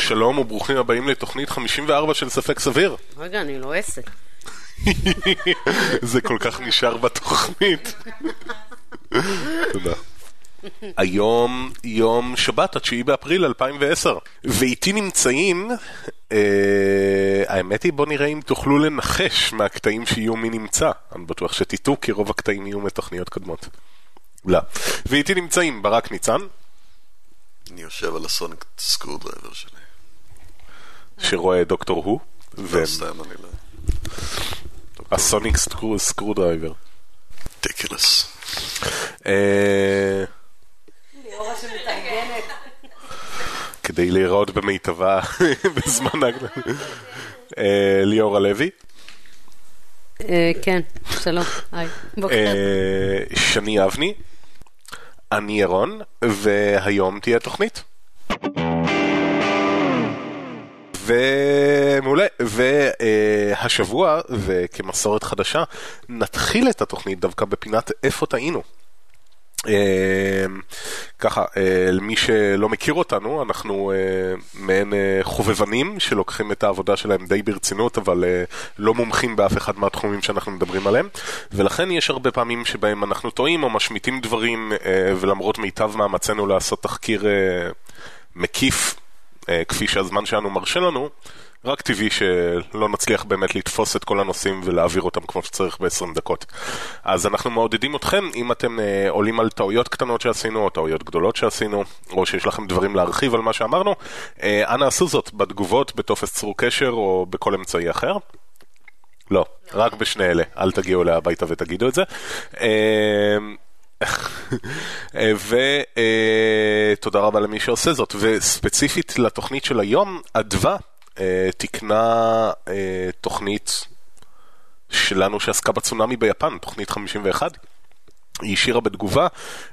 שלום וברוכים הבאים לתוכנית 54 של ספק סביר. רגע, אני לועסת. זה כל כך נשאר בתוכנית. תודה. היום יום שבת, 9 באפריל 2010, ואיתי נמצאים, האמת היא בוא נראה אם תוכלו לנחש מהקטעים שיהיו מי נמצא. אני בטוח שתיתו כי רוב הקטעים יהיו מתוכניות קודמות. לא. ואיתי נמצאים ברק ניצן. אני יושב על הסוניק סקרודרייבר שלי. שרואה דוקטור הו. לא סתם, אני לא... הסוניק סקרודרייבר. טקלס. ליאורה שמתארגנת. כדי להיראות במיטבה בזמן הגנה. ליאורה לוי. כן, שלום, היי, בוקר. שני אבני. אני ירון, והיום תהיה תוכנית. ומעולה, והשבוע, וכמסורת חדשה, נתחיל את התוכנית דווקא בפינת איפה טעינו. ככה, למי שלא מכיר אותנו, אנחנו מעין חובבנים שלוקחים את העבודה שלהם די ברצינות, אבל לא מומחים באף אחד מהתחומים שאנחנו מדברים עליהם, ולכן יש הרבה פעמים שבהם אנחנו טועים או משמיטים דברים, ולמרות מיטב מאמצנו לעשות תחקיר מקיף, כפי שהזמן שלנו מרשה לנו, רק טבעי שלא נצליח באמת לתפוס את כל הנושאים ולהעביר אותם כמו שצריך ב-20 דקות. אז אנחנו מעודדים אתכם, אם אתם עולים על טעויות קטנות שעשינו, או טעויות גדולות שעשינו, או שיש לכם דברים להרחיב על מה שאמרנו, אנא עשו זאת בתגובות, בטופס צרו קשר, או בכל אמצעי אחר. לא, רק בשני אלה, אל תגיעו להביתה ותגידו את זה. ותודה רבה למי שעושה זאת, וספציפית לתוכנית של היום, אדווה תקנה תוכנית שלנו שעסקה בצונאמי ביפן, תוכנית 51. היא השאירה בתגובה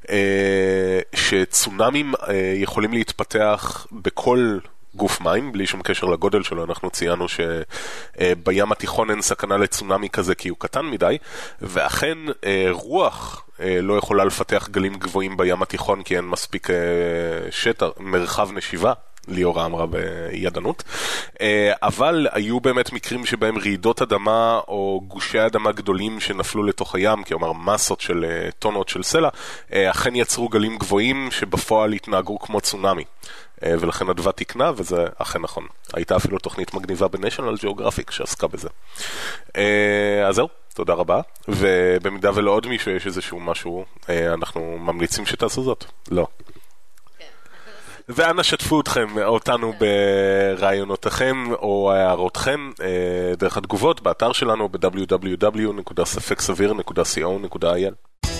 שצונאמים יכולים להתפתח בכל גוף מים, בלי שום קשר לגודל שלו. אנחנו ציינו שבים התיכון אין סכנה לצונאמי כזה כי הוא קטן מדי, ואכן רוח לא יכולה לפתח גלים גבוהים בים התיכון כי אין מספיק שטח, מרחב נשיבה, ליאורה אמרה בידענות, אבל היו באמת מקרים שבהם רעידות אדמה או גושי אדמה גדולים שנפלו לתוך הים, כלומר מסות של טונות של סלע, אכן יצרו גלים גבוהים שבפועל התנהגו כמו צונאמי. ולכן אדווה תקנה, וזה אכן נכון. הייתה אפילו תוכנית מגניבה בניישנל ג'אוגרפיק שעסקה בזה. אז זהו, תודה רבה. ובמידה ולעוד מישהו יש איזשהו משהו, אנחנו ממליצים שתעשו זאת. לא. ואנא שתפו אותנו ברעיונותיכם או הערותיכם דרך התגובות באתר שלנו ב-www.ספקסביר.co.il.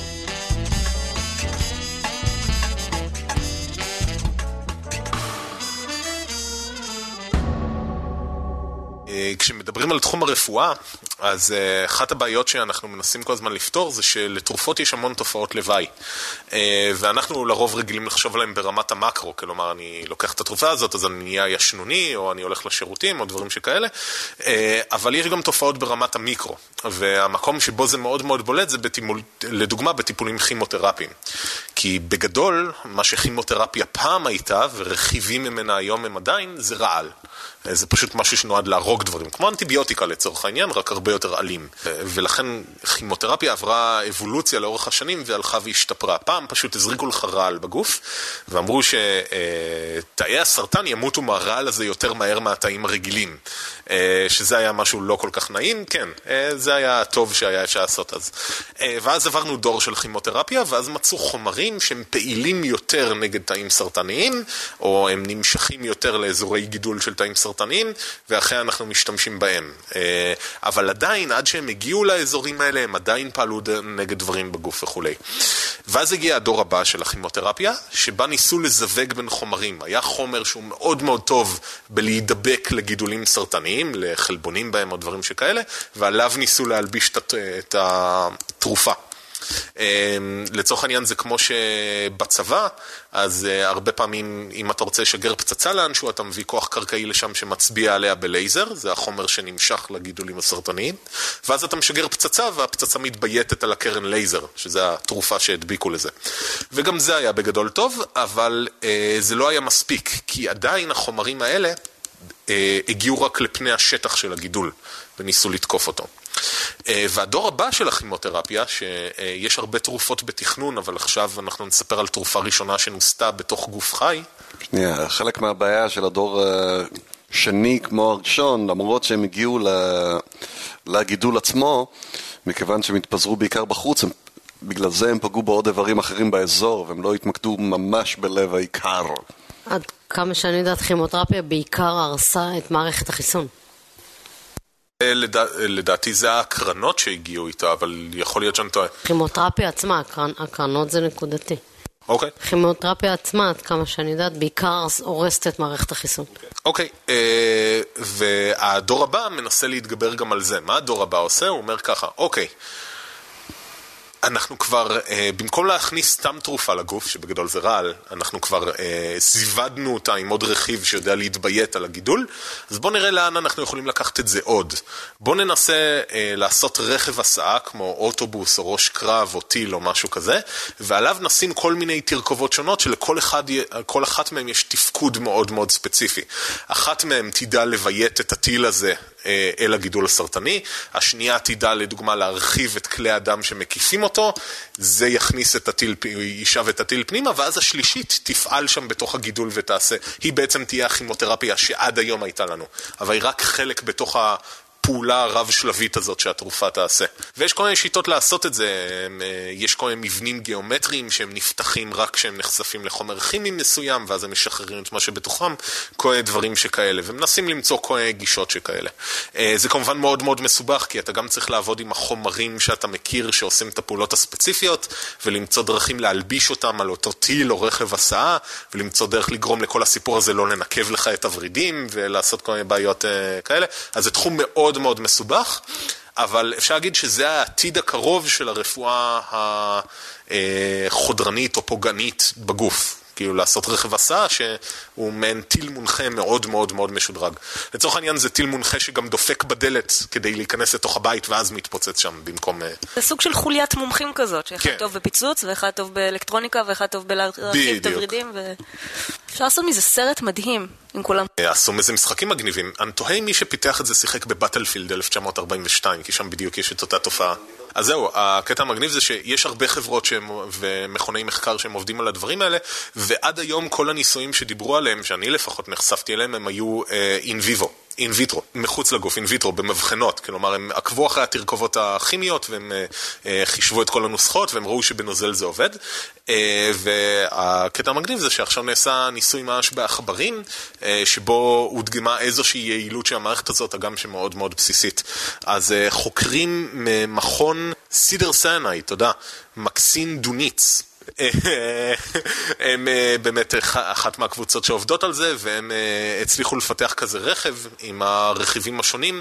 כשמדברים על תחום הרפואה, אז אחת הבעיות שאנחנו מנסים כל הזמן לפתור זה שלתרופות יש המון תופעות לוואי. ואנחנו לרוב רגילים לחשוב עליהם ברמת המקרו, כלומר אני לוקח את התרופה הזאת אז אני נהיה ישנוני או אני הולך לשירותים או דברים שכאלה, אבל יש גם תופעות ברמת המיקרו, והמקום שבו זה מאוד מאוד בולט זה לדוגמה בטיפולים כימותרפיים. כי בגדול מה שכימותרפיה פעם הייתה ורכיבים ממנה היום הם עדיין זה רעל. זה פשוט משהו שנועד להרוג דברים, כמו אנטיביוטיקה לצורך העניין, רק הרבה יותר אלים. ולכן כימותרפיה עברה אבולוציה לאורך השנים והלכה והשתפרה. פעם פשוט הזריקו לך רעל בגוף, ואמרו שתאי הסרטן ימותו מהרעל הזה יותר מהר מהתאים הרגילים. שזה היה משהו לא כל כך נעים, כן, זה היה טוב שהיה אפשר לעשות אז. ואז עברנו דור של כימותרפיה, ואז מצאו חומרים שהם פעילים יותר נגד תאים סרטניים, או הם נמשכים יותר לאזורי גידול של תאים סרטניים, ואחרי אנחנו משתמשים בהם. אבל עדיין, עד שהם הגיעו לאזורים האלה, הם עדיין פעלו נגד דברים בגוף וכולי. ואז הגיע הדור הבא של הכימותרפיה, שבה ניסו לזווג בין חומרים. היה חומר שהוא מאוד מאוד טוב בלהידבק לגידולים סרטניים, לחלבונים בהם או דברים שכאלה, ועליו ניסו להלביש את התרופה. לצורך העניין זה כמו שבצבא, אז הרבה פעמים אם אתה רוצה לשגר פצצה לאנשהו, אתה מביא כוח קרקעי לשם שמצביע עליה בלייזר, זה החומר שנמשך לגידולים הסרטניים, ואז אתה משגר פצצה והפצצה מתבייתת על הקרן לייזר, שזה התרופה שהדביקו לזה. וגם זה היה בגדול טוב, אבל זה לא היה מספיק, כי עדיין החומרים האלה הגיעו רק לפני השטח של הגידול, וניסו לתקוף אותו. והדור הבא של הכימותרפיה, שיש הרבה תרופות בתכנון, אבל עכשיו אנחנו נספר על תרופה ראשונה שנוסתה בתוך גוף חי. שנייה, חלק מהבעיה של הדור שני כמו הראשון, למרות שהם הגיעו לגידול עצמו, מכיוון שהם התפזרו בעיקר בחוץ, בגלל זה הם פגעו בעוד איברים אחרים באזור, והם לא התמקדו ממש בלב העיקר. עד כמה שאני יודעת, כימותרפיה בעיקר הרסה את מערכת החיסון. לדעתי זה הקרנות שהגיעו איתה, אבל יכול להיות שאני טועה. כימותרפיה עצמה, הקרנות זה נקודתי. אוקיי. כימותרפיה עצמה, עד כמה שאני יודעת, בעיקר הורסת את מערכת החיסון. אוקיי, והדור הבא מנסה להתגבר גם על זה. מה הדור הבא עושה? הוא אומר ככה, אוקיי, אנחנו כבר, במקום להכניס סתם תרופה לגוף, שבגדול זה רעל, אנחנו כבר זיוודנו אותה עם עוד רכיב שיודע להתביית על הגידול, אז בואו נראה לאן אנחנו יכולים לקחת את זה עוד. בואו ננסה לעשות רכב הסעה, כמו אוטובוס או ראש קרב או טיל או משהו כזה, ועליו נשים כל מיני תרכובות שונות, שלכל אחת מהם יש תפקוד מאוד מאוד ספציפי. אחת מהם תדע לביית את הטיל הזה אל הגידול הסרטני, השנייה תדע לדוגמה להרחיב את כלי הדם שמקיפים אותו, זה יכניס את הטיל, יישב את הטיל פנימה, ואז השלישית תפעל שם בתוך הגידול ותעשה, היא בעצם תהיה הכימותרפיה שעד היום הייתה לנו, אבל היא רק חלק בתוך הפעולה הרב-שלבית הזאת שהתרופה תעשה. ויש כל מיני שיטות לעשות את זה, יש כל מיני מבנים גיאומטריים שהם נפתחים רק כשהם נחשפים לחומר כימי מסוים, ואז הם משחררים את מה שבתוכם, כל מיני דברים שכאלה, ומנסים למצוא כל מיני גישות שכאלה. זה כמובן מאוד מאוד מסובך, כי אתה גם צריך לעבוד עם החומרים שאתה מכיר שעושים את הפעולות הספציפיות, ולמצוא דרכים להלביש אותם על אותו טיל או רכב הסעה, ולמצוא דרך לגרום לכל הסיפור הזה לא לנקב לך את הוורידים, ולעשות כל מיני בעיות כאלה. אז זה תחום מאוד מאוד מסובך, אבל אפשר להגיד שזה העתיד הקרוב של הרפואה החודרנית או פוגענית בגוף. כאילו לעשות רכב הסעה שהוא מעין טיל מונחה מאוד מאוד מאוד משודרג. לצורך העניין זה טיל מונחה שגם דופק בדלת כדי להיכנס לתוך הבית ואז מתפוצץ שם במקום... זה סוג של חוליית מומחים כזאת, שאחד טוב בפיצוץ ואחד טוב באלקטרוניקה ואחד טוב בלהרחיב את הוורידים אפשר לעשות מזה סרט מדהים עם כולם. עשו מזה משחקים מגניבים. אני תוהה מי שפיתח את זה שיחק בבטלפילד 1942, כי שם בדיוק יש את אותה תופעה. אז זהו, הקטע המגניב זה שיש הרבה חברות ומכוני מחקר שהם עובדים על הדברים האלה, ועד היום כל הניסויים שדיברו עליהם, שאני לפחות נחשפתי אליהם, הם היו אין ויטרו, מחוץ לגוף, אין ויטרו, במבחנות, כלומר הם עקבו אחרי התרכובות הכימיות, והם חישבו את כל הנוסחות, והם ראו שבנוזל זה עובד, והקטע המגניב זה שעכשיו נעשה ניסוי ממש בעכברים, שבו הודגמה איזושהי יעילות של המערכת הזאת, הגם שמאוד מאוד בסיסית. אז חוקרים ממכון סידר סיאנייד, תודה, מקסין דוניץ, הם באמת אחת מהקבוצות שעובדות על זה, והם הצליחו לפתח כזה רכב עם הרכיבים השונים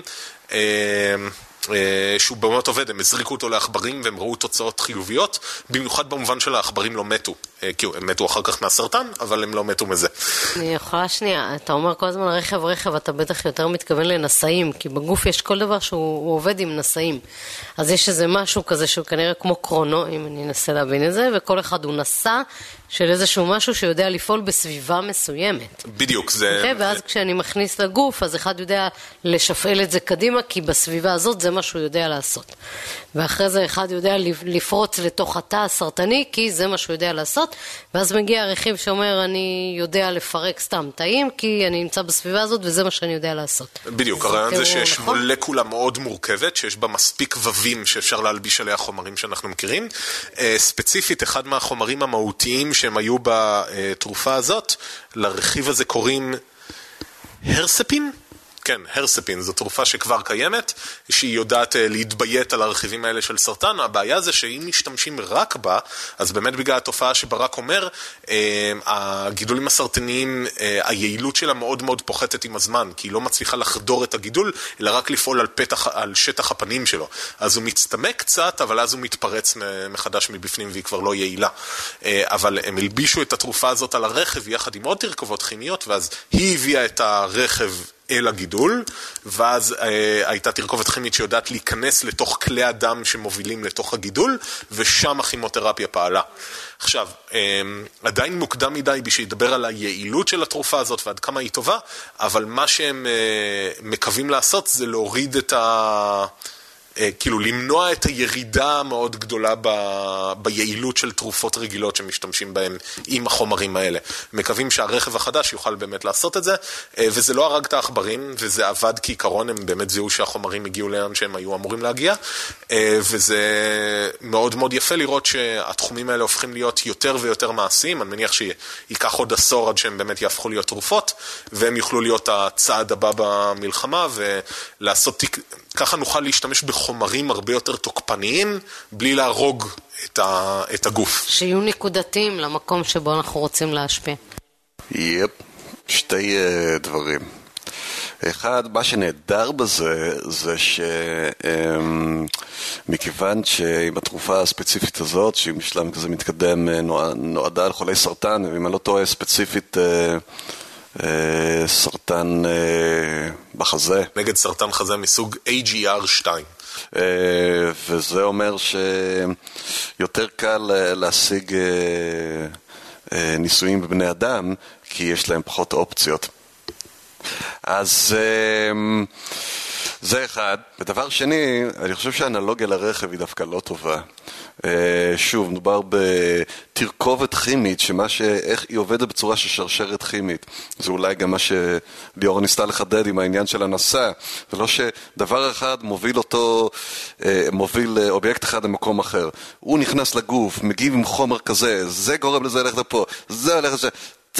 שהוא באמת עובד. הם הזריקו אותו לעכברים והם ראו תוצאות חיוביות, במיוחד במובן של העכברים לא מתו, כי הם מתו אחר כך מהסרטן, אבל הם לא מתו מזה. אני יכולה שנייה, אתה אומר כל הזמן רכב, אתה בטח יותר מתכוון לנסאים, כי בגוף יש כל דבר שהוא עובד עם נסאים. אז יש איזה משהו כזה שהוא כנראה כמו קרונו, אם אני אנסה להבין את זה, וכל אחד הוא נסע של איזשהו משהו שיודע לפעול בסביבה מסוימת. בדיוק, זה... ואז כשאני מכניס לגוף, אז אחד יודע לשפעל את זה קדימה, כי בסביבה הזאת זה מה שהוא יודע לעשות. ואחרי זה אחד יודע לפרוץ לתוך התא הסרטני, כי זה מה שהוא יודע לעשות, ואז מגיע הרכיב שאומר, אני יודע לפרק סתם תאים, כי אני נמצא בסביבה הזאת, וזה מה שאני יודע לעשות. בדיוק, הרעיון זה שיש מולקולה מאוד מורכבת, שיש בה מספיק ווים שאפשר להלביש עליה חומרים שאנחנו מכירים. ספציפית, אחד מהחומרים המהותיים שהם היו בתרופה הזאת, לרכיב הזה קוראים הרספין, כן, הרספין, זו תרופה שכבר קיימת, שהיא יודעת להתביית על הרכיבים האלה של סרטן. הבעיה זה שאם משתמשים רק בה, אז באמת בגלל התופעה שברק אומר, הגידולים הסרטניים, היעילות שלה מאוד מאוד פוחתת עם הזמן, כי היא לא מצליחה לחדור את הגידול, אלא רק לפעול על שטח הפנים שלו. אז הוא מצטמק קצת, אבל אז הוא מתפרץ מחדש מבפנים, והיא כבר לא יעילה. אבל הם הלבישו את התרופה הזאת על הרכב, יחד עם עוד תרכובות כימיות, ואז היא הביאה את הרכב אל הגידול, ואז הייתה תרכובת כימית שיודעת להיכנס לתוך כלי הדם שמובילים לתוך הגידול, ושם הכימותרפיה פעלה. עכשיו, עדיין מוקדם מדי בשביל לדבר על היעילות של התרופה הזאת ועד כמה היא טובה, אבל מה שהם מקווים לעשות זה להוריד את כאילו למנוע את הירידה המאוד גדולה ביעילות של תרופות רגילות שמשתמשים בהן עם החומרים האלה. מקווים שהרכב החדש יוכל באמת לעשות את זה, וזה לא הרג את העכברים, וזה עבד כעיקרון, הם באמת זיהו שהחומרים הגיעו לאן שהם היו אמורים להגיע, וזה מאוד מאוד יפה לראות שהתחומים האלה הופכים להיות יותר ויותר מעשיים. אני מניח שייקח עוד עשור עד שהם באמת יהפכו להיות תרופות, והם יוכלו להיות הצעד הבא במלחמה, ולעשות, ככה נוכל להשתמש בחומרים הרבה יותר תוקפניים, בלי להרוג את הגוף. שיהיו נקודתיים למקום שבו אנחנו רוצים להשפיע. יפ, שתי דברים. אחד, מה שנהדר בזה, זה שמכיוון שעם התרופה הספציפית הזאת, שהיא משלם כזה מתקדם, נועדה על חולי סרטן, ואם אני לא טועה ספציפית סרטן בחזה. נגד סרטן חזה מסוג AGR2. וזה אומר שיותר קל להשיג ניסויים בבני אדם, כי יש להם פחות אופציות. אז זה אחד. ודבר שני, אני חושב שהאנלוגיה לרכב היא דווקא לא טובה. שוב, מדובר בתרכובת כימית, איך היא עובדת בצורה של שרשרת כימית. זה אולי גם מה שליאור ניסתה לחדד עם העניין של הנשא. זה לא שדבר אחד מוביל אובייקט אחד למקום אחר. הוא נכנס לגוף, מגיב עם חומר כזה, זה גורם לזה ללכת לפה, זה הולך לזה.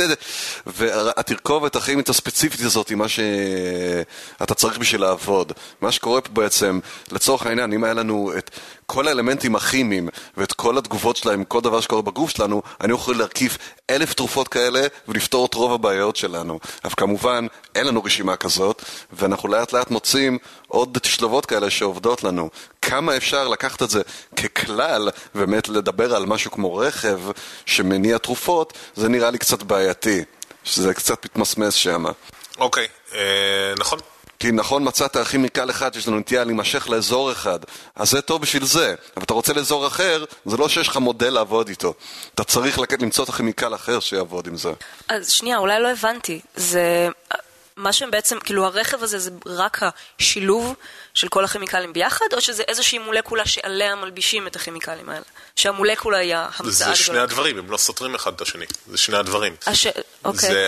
והתרכובת הכימית הספציפית הזאת היא מה שאתה צריך בשביל לעבוד. מה שקורה פה בעצם, לצורך העניין, אם היה לנו את כל האלמנטים הכימיים ואת כל התגובות שלהם, כל דבר שקורה בגוף שלנו, אני יכול להרכיב 1000 תרופות כאלה ולפתור את רוב הבעיות שלנו. אבל כמובן, אין לנו רשימה כזאת, ואנחנו לאט לאט מוצאים עוד תשלובות כאלה שעובדות לנו. כמה אפשר לקחת את זה ככלל, באמת לדבר על משהו כמו רכב שמניע תרופות, זה נראה לי קצת בעייתי, שזה קצת מתמסמס שם. אוקיי, נכון. כי נכון, מצאת כימיקל אחד שיש לנו נטייה להימשך לאזור אחד, אז זה טוב בשביל זה, אבל אתה רוצה לאזור אחר, זה לא שיש לך מודל לעבוד איתו, אתה צריך למצוא את הכימיקל אחר שיעבוד עם זה. אז שנייה, אולי לא הבנתי, זה מה שהם בעצם, כאילו הרכב הזה זה רק השילוב של כל הכימיקלים ביחד, או שזה איזושהי מולקולה שעליה מלבישים את הכימיקלים האלה? שהמולקולה היא ההמצאה הגדולה. זה שני הדברים, הם לא סותרים אחד את השני. זה שני הדברים. אוקיי.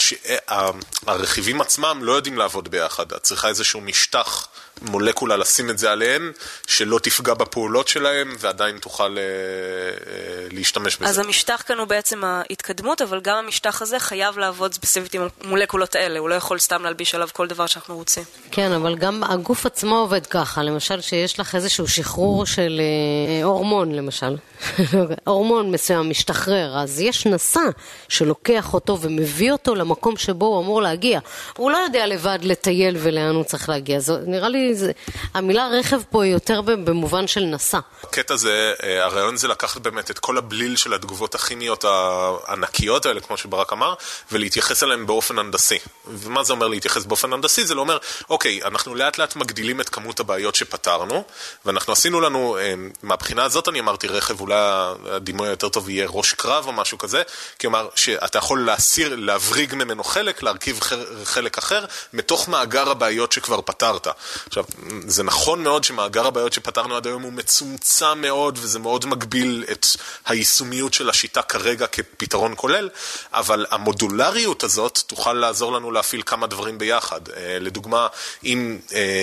הרכיבים עצמם לא יודעים לעבוד ביחד. את צריכה איזשהו משטח מולקולה לשים את זה עליהם, שלא תפגע בפעולות שלהם, ועדיין תוכל להשתמש בזה. אז המשטח כאן הוא בעצם ההתקדמות, אבל גם המשטח הזה חייב לעבוד ספציפית עם המולקולות האלה. הוא לא יכול סתם להלביש עליו כל דבר שאנחנו רוצים. כן, אבל גם הגוף עצמו עובד ככה. למשל, שיש לך איזשהו שחרור של הורמון, למשל. הורמון מסוים משתחרר, אז יש נשא שלוקח אותו ומביא אותו למקום שבו הוא אמור להגיע. הוא לא יודע לבד לטייל ולאן הוא צריך להגיע. נראה לי, המילה רכב פה היא יותר במובן של נשא. הקטע הזה, הרעיון זה לקחת באמת את כל הבליל של התגובות הכימיות הענקיות האלה, כמו שברק אמר, ולהתייחס אליהם באופן הנדסי. ומה זה אומר להתייחס באופן הנדסי? זה לא אומר, אוקיי, אנחנו לאט לאט מגדילים את כמות הבעיות שפתרנו, ואנחנו עשינו לנו, מהבחינה הזאת אני אמרתי רכב, אולי הדימוי היותר טוב יהיה ראש קרב או משהו כזה, כלומר שאתה יכול להבריג ממנו חלק, להרכיב חלק אחר, מתוך מאגר הבעיות שכבר פתרת. עכשיו, זה נכון מאוד שמאגר הבעיות שפתרנו עד היום הוא מצומצם מאוד, וזה מאוד מגביל את היישומיות של השיטה כרגע כפתרון כולל, אבל המודולריות הזאת תוכל לעזור לנו להפעיל כמה דברים ביחד. לדוגמה, אם יהיה כאן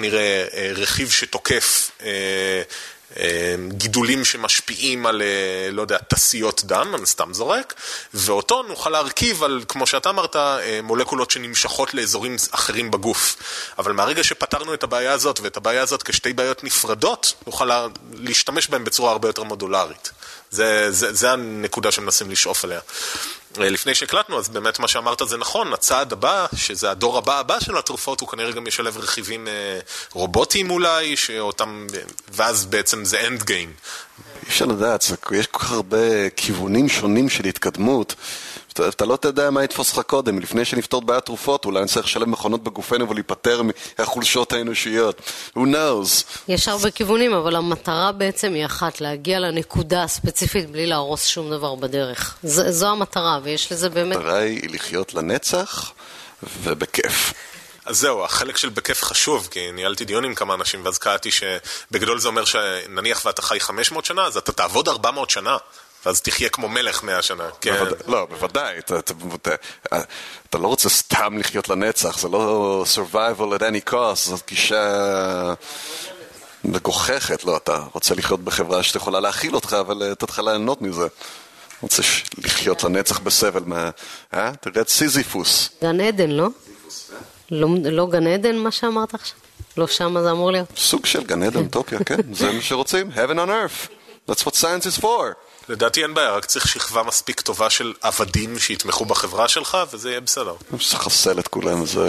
כנראה רכיב שתוקף גידולים שמשפיעים על, לא יודע, תסיות דם, אני סתם זורק, ואותו נוכל להרכיב על, כמו שאתה אמרת, מולקולות שנמשכות לאזורים אחרים בגוף. אבל מהרגע שפתרנו את הבעיה הזאת, ואת הבעיה הזאת כשתי בעיות נפרדות, נוכל להשתמש בהן בצורה הרבה יותר מודולרית. זה הנקודה שמנסים לשאוף עליה. לפני שהקלטנו, אז באמת מה שאמרת זה נכון, הצעד הבא, שזה הדור הבא של התרופות, הוא כנראה גם ישלב רכיבים רובוטיים אולי, שאותם, ואז בעצם זה end game. אפשר לדעת, יש כל כך הרבה כיוונים שונים של התקדמות, אתה לא תדע מה יתפוס לך קודם, לפני שנפתור בעיית תרופות, אולי נצטרך לשלב מכונות בגופנו ולהיפטר מהחולשות האנושיות. Who knows? יש הרבה כיוונים, אבל המטרה בעצם היא אחת, להגיע לנקודה הספציפית בלי להרוס שום דבר בדרך. זו המטרה, ויש לזה באמת... המטרה היא לחיות לנצח ובכיף. אז זהו, החלק של בכיף חשוב, כי ניהלתי דיון עם כמה אנשים, ואז קראתי שבגדול זה אומר שנניח ואתה חי 500 שנה, אז אתה תעבוד 400 שנה. ואז תחיה כמו מלך 100 שנה. לא, בוודאי. אתה לא רוצה סתם לחיות לנצח, זה לא survival at any cost, זאת גישה מגוחכת. לא, אתה רוצה לחיות בחברה שתכולה להכיל אותך, אבל אתה תוכל ליהנות מזה. רוצה לחיות לנצח בסבל תראה את סיזיפוס. גן עדן, לא? לא גן עדן מה שאמרת עכשיו? לא שם זה אמור להיות? סוג של גן עדן, טופיה, כן. זה מה שרוצים. Heaven on earth. That's what science is for. לדעתי אין בעיה, רק צריך שכבה מספיק טובה של עבדים שיתמכו בחברה שלך, וזה יהיה בסדר. צריך לחסל את כולם, זה...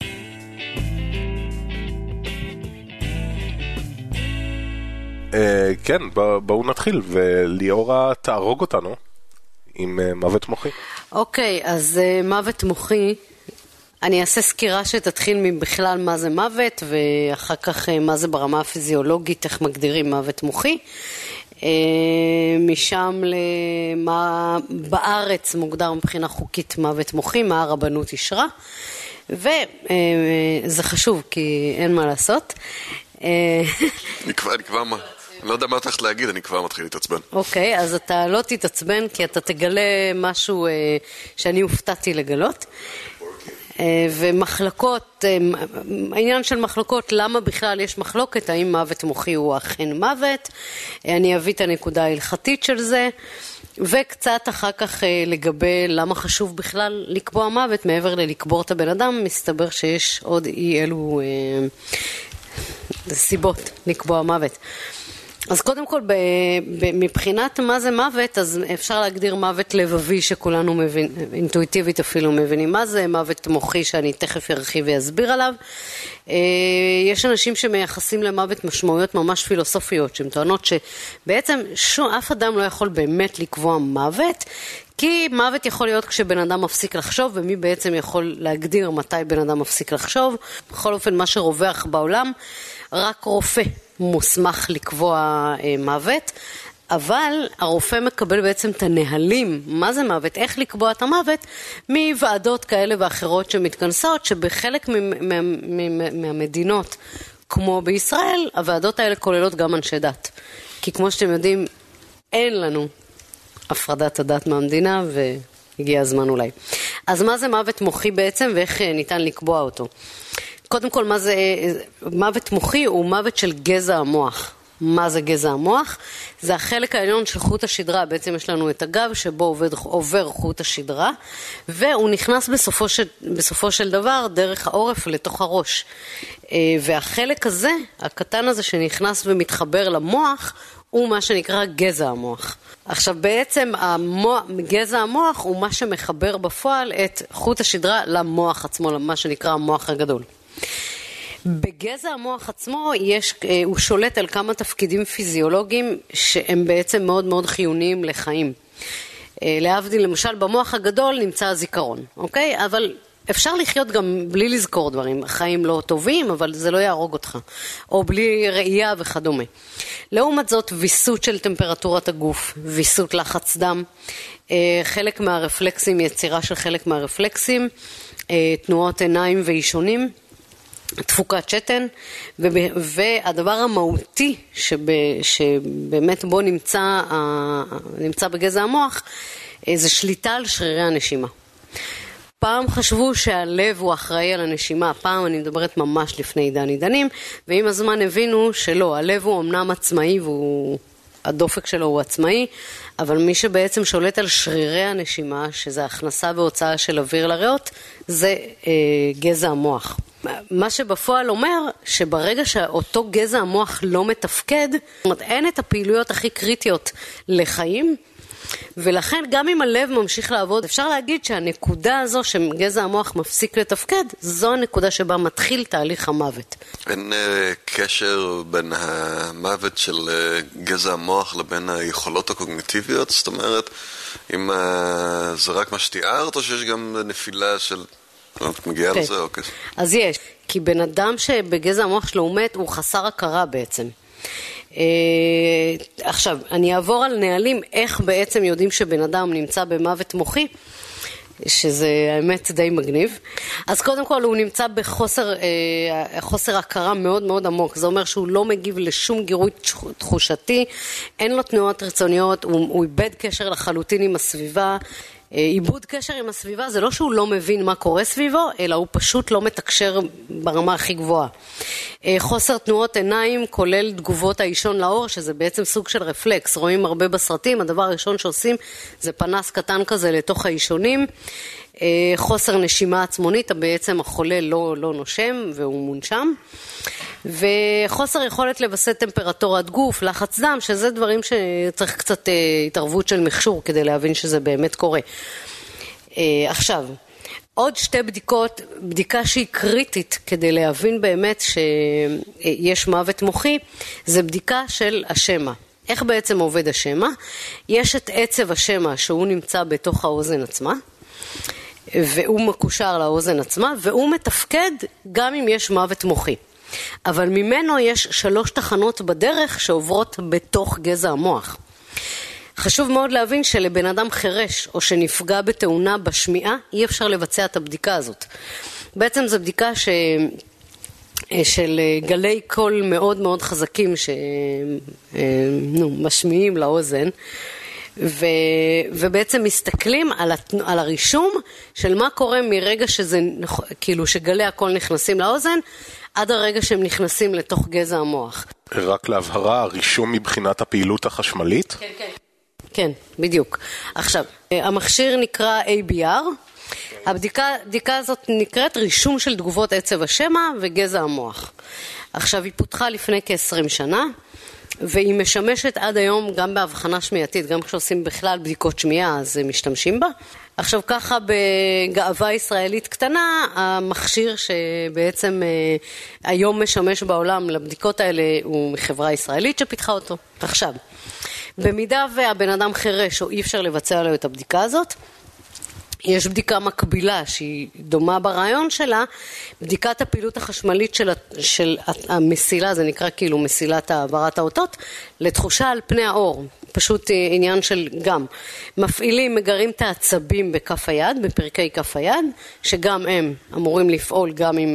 כן, בואו נתחיל, וליאורה תהרוג אותנו עם מוות מוחי. אוקיי, אז מוות מוחי, אני אעשה סקירה שתתחיל מבכלל מה זה מוות, ואחר כך מה זה ברמה הפיזיולוגית, איך מגדירים מוות מוחי. משם למה בארץ מוגדר מבחינה חוקית מוות מוחי, מה הרבנות אישרה, וזה חשוב כי אין מה לעשות. אני כבר מה, אני לא יודע מה אתה הולכת להגיד, אני כבר מתחיל להתעצבן. אוקיי, אז אתה לא תתעצבן כי אתה תגלה משהו שאני הופתעתי לגלות. ומחלקות, העניין של מחלקות, למה בכלל יש מחלוקת, האם מוות מוחי הוא אכן מוות, אני אביא את הנקודה ההלכתית של זה, וקצת אחר כך לגבי למה חשוב בכלל לקבוע מוות, מעבר ללקבור את הבן אדם, מסתבר שיש עוד אי אלו סיבות לקבוע מוות. אז קודם כל, מבחינת מה זה מוות, אז אפשר להגדיר מוות לבבי שכולנו מבין, אינטואיטיבית אפילו מבינים מה זה, מוות מוחי שאני תכף ארחיב ואסביר עליו. יש אנשים שמייחסים למוות משמעויות ממש פילוסופיות, שהן טוענות שבעצם אף אדם לא יכול באמת לקבוע מוות, כי מוות יכול להיות כשבן אדם מפסיק לחשוב, ומי בעצם יכול להגדיר מתי בן אדם מפסיק לחשוב. בכל אופן, מה שרווח בעולם, רק רופא מוסמך לקבוע מוות, אבל הרופא מקבל בעצם את הנהלים, מה זה מוות, איך לקבוע את המוות, מוועדות כאלה ואחרות שמתכנסות, שבחלק מהמדינות, כמו בישראל, הוועדות האלה כוללות גם אנשי דת. כי כמו שאתם יודעים, אין לנו הפרדת הדת מהמדינה, והגיע הזמן אולי. אז מה זה מוות מוחי בעצם, ואיך ניתן לקבוע אותו? קודם כל, מה זה מוות מוחי? הוא מוות של גזע המוח. מה זה גזע המוח? זה החלק העליון של חוט השדרה. בעצם יש לנו את הגב שבו עובר חוט השדרה, והוא נכנס בסופו של דבר דרך העורף לתוך הראש. והחלק הזה, הקטן הזה שנכנס ומתחבר למוח, הוא מה שנקרא גזע המוח. עכשיו בעצם גזע המוח הוא מה שמחבר בפועל את חוט השדרה למוח עצמו, מה שנקרא המוח הגדול. בגזע המוח עצמו הוא שולט על כמה תפקידים פיזיולוגיים שהם בעצם מאוד מאוד חיוניים לחיים. להבדיל, למשל במוח הגדול נמצא הזיכרון, אוקיי? אבל אפשר לחיות גם בלי לזכור דברים, חיים לא טובים, אבל זה לא יהרוג אותך, או בלי ראייה וכדומה. לעומת זאת, ויסות של טמפרטורת הגוף, ויסות לחץ דם, חלק מהרפלקסים, יצירה של חלק מהרפלקסים, תנועות עיניים ואישונים, תפוקת שתן, והדבר המהותי שבאמת בו נמצא בגזע המוח, זה שליטה על שרירי הנשימה. פעם חשבו שהלב הוא אחראי על הנשימה, פעם אני מדברת ממש לפני עידן עידנים, ועם הזמן הבינו שלא, הלב הוא אמנם עצמאי הדופק שלו הוא עצמאי, אבל מי שבעצם שולט על שרירי הנשימה, שזה הכנסה והוצאה של אוויר לריאות, זה גזע המוח. מה שבפועל אומר שברגע שאותו גזע המוח לא מתפקד, זאת אומרת, אין את הפעילויות הכי קריטיות לחיים, ולכן גם אם הלב ממשיך לעבוד, אפשר להגיד שהנקודה הזו שגזע המוח מפסיק לתפקד, זו הנקודה שבה מתחיל תהליך המוות. אין קשר בין המוות של גזע המוח לבין היכולות הקוגניטיביות? זאת אומרת, אם זה רק מה שתיארת, או שיש גם נפילה של... את מגיעה לזה? אוקיי. אז יש, כי בן אדם שבגזע המוח שלו הוא מת, הוא חסר הכרה בעצם. עכשיו, אני אעבור על נהלים איך בעצם יודעים שבן אדם נמצא במוות מוחי, שזה האמת די מגניב. אז קודם כל הוא נמצא בחוסר הכרה מאוד מאוד עמוק, זה אומר שהוא לא מגיב לשום גירוי תחושתי, אין לו תנועות רצוניות, הוא איבד קשר לחלוטין עם הסביבה. איבוד קשר עם הסביבה זה לא שהוא לא מבין מה קורה סביבו, אלא הוא פשוט לא מתקשר ברמה הכי גבוהה. חוסר תנועות עיניים כולל תגובות האישון לאור, שזה בעצם סוג של רפלקס. רואים הרבה בסרטים, הדבר הראשון שעושים זה פנס קטן כזה לתוך האישונים. חוסר נשימה עצמונית, בעצם החולה לא נושם והוא מונשם. וחוסר יכולת לבסס טמפרטורת גוף, לחץ דם, שזה דברים שצריך קצת התערבות של מכשור כדי להבין שזה באמת קורה. עכשיו, עוד שתי בדיקות, בדיקה שהיא קריטית כדי להבין באמת שיש מוות מוחי, זה בדיקה של השמע. איך בעצם עובד השמע? יש את עצב השמע שהוא נמצא בתוך האוזן עצמה, והוא מקושר לאוזן עצמה, והוא מתפקד גם אם יש מוות מוחי. אבל ממנו יש 3 תחנות בדרך שעוברות בתוך גזע המוח. חשוב מאוד להבין שלבן אדם חרש או שנפגע בתאונה בשמיעה, אי אפשר לבצע את הבדיקה הזאת. בעצם זו בדיקה של גלי קול מאוד מאוד חזקים שמשמיעים לאוזן, ובעצם מסתכלים על הרישום של מה קורה מרגע שזה, כאילו שגלי הקול נכנסים לאוזן, עד הרגע שהם נכנסים לתוך גזע המוח. רק להבהרה, הרישום מבחינת הפעילות החשמלית? כן, כן. כן, בדיוק. עכשיו, המכשיר נקרא ABR, הבדיקה הזאת נקראת רישום של תגובות עצב השמע וגזע המוח. עכשיו, היא פותחה לפני כ-20 שנה, והיא משמשת עד היום גם בהבחנה שמיעתית, גם כשעושים בכלל בדיקות שמיעה, אז משתמשים בה. עכשיו ככה בגאווה ישראלית קטנה, המכשיר שבעצם היום משמש בעולם לבדיקות האלה הוא מחברה ישראלית שפיתחה אותו. עכשיו, במידה והבן אדם חרש או אי אפשר לבצע לו את הבדיקה הזאת, יש בדיקה מקבילה שהיא דומה ברעיון שלה, בדיקת הפעילות החשמלית של המסילה, זה נקרא כאילו מסילת העברת האותות, לתחושה על פני האור. פשוט עניין של גם. מפעילים, מגרים את העצבים בכף היד, בפרקי כף היד, שגם הם אמורים לפעול גם אם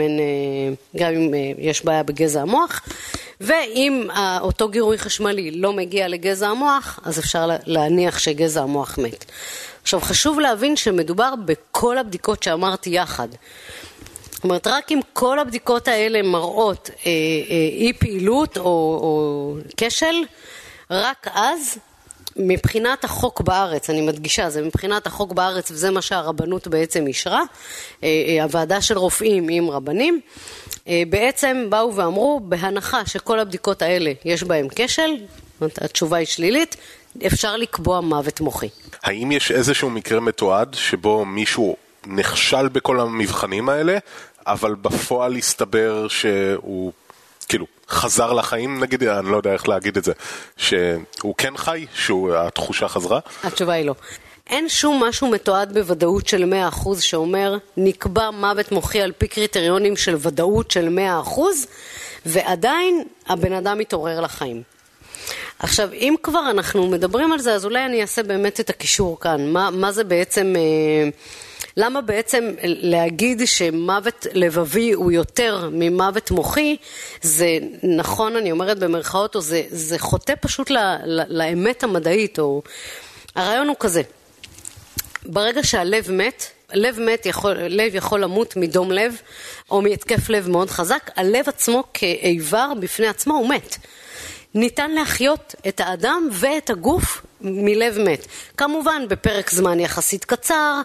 יש בעיה בגזע המוח, ואם אותו גירוי חשמלי לא מגיע לגזע המוח, אז אפשר להניח שגזע המוח מת. עכשיו חשוב להבין שמדובר בכל הבדיקות שאמרתי יחד. זאת אומרת, רק אם כל הבדיקות האלה מראות אי פעילות או כשל, רק אז מבחינת החוק בארץ, אני מדגישה, זה מבחינת החוק בארץ וזה מה שהרבנות בעצם אישרה, הוועדה של רופאים עם רבנים, בעצם באו ואמרו, בהנחה שכל הבדיקות האלה יש בהם כשל, התשובה היא שלילית, אפשר לקבוע מוות מוחי. האם יש איזשהו מקרה מתועד שבו מישהו נכשל בכל המבחנים האלה, אבל בפועל הסתבר שהוא כאילו חזר לחיים, נגיד, אני לא יודע איך להגיד את זה, שהוא כן חי, שהתחושה חזרה? התשובה היא לא. אין שום משהו מתועד בוודאות של 100% שאומר נקבע מוות מוחי על פי קריטריונים של ודאות של 100%, ועדיין הבן אדם מתעורר לחיים. עכשיו, אם כבר אנחנו מדברים על זה, אז אולי אני אעשה באמת את הקישור כאן. מה זה בעצם, למה בעצם להגיד שמוות לבבי הוא יותר ממוות מוחי, זה נכון, אני אומרת במרכאות, או זה חוטא פשוט לאמת המדעית, או הרעיון הוא כזה. ברגע שהלב מת, לב יכול למות מדום לב, או מהתקף לב מאוד חזק, הלב עצמו כאיבר בפני עצמו הוא מת. ניתן להחיות את האדם ואת הגוף מלב מת. כמובן בפרק זמן יחסית קצר,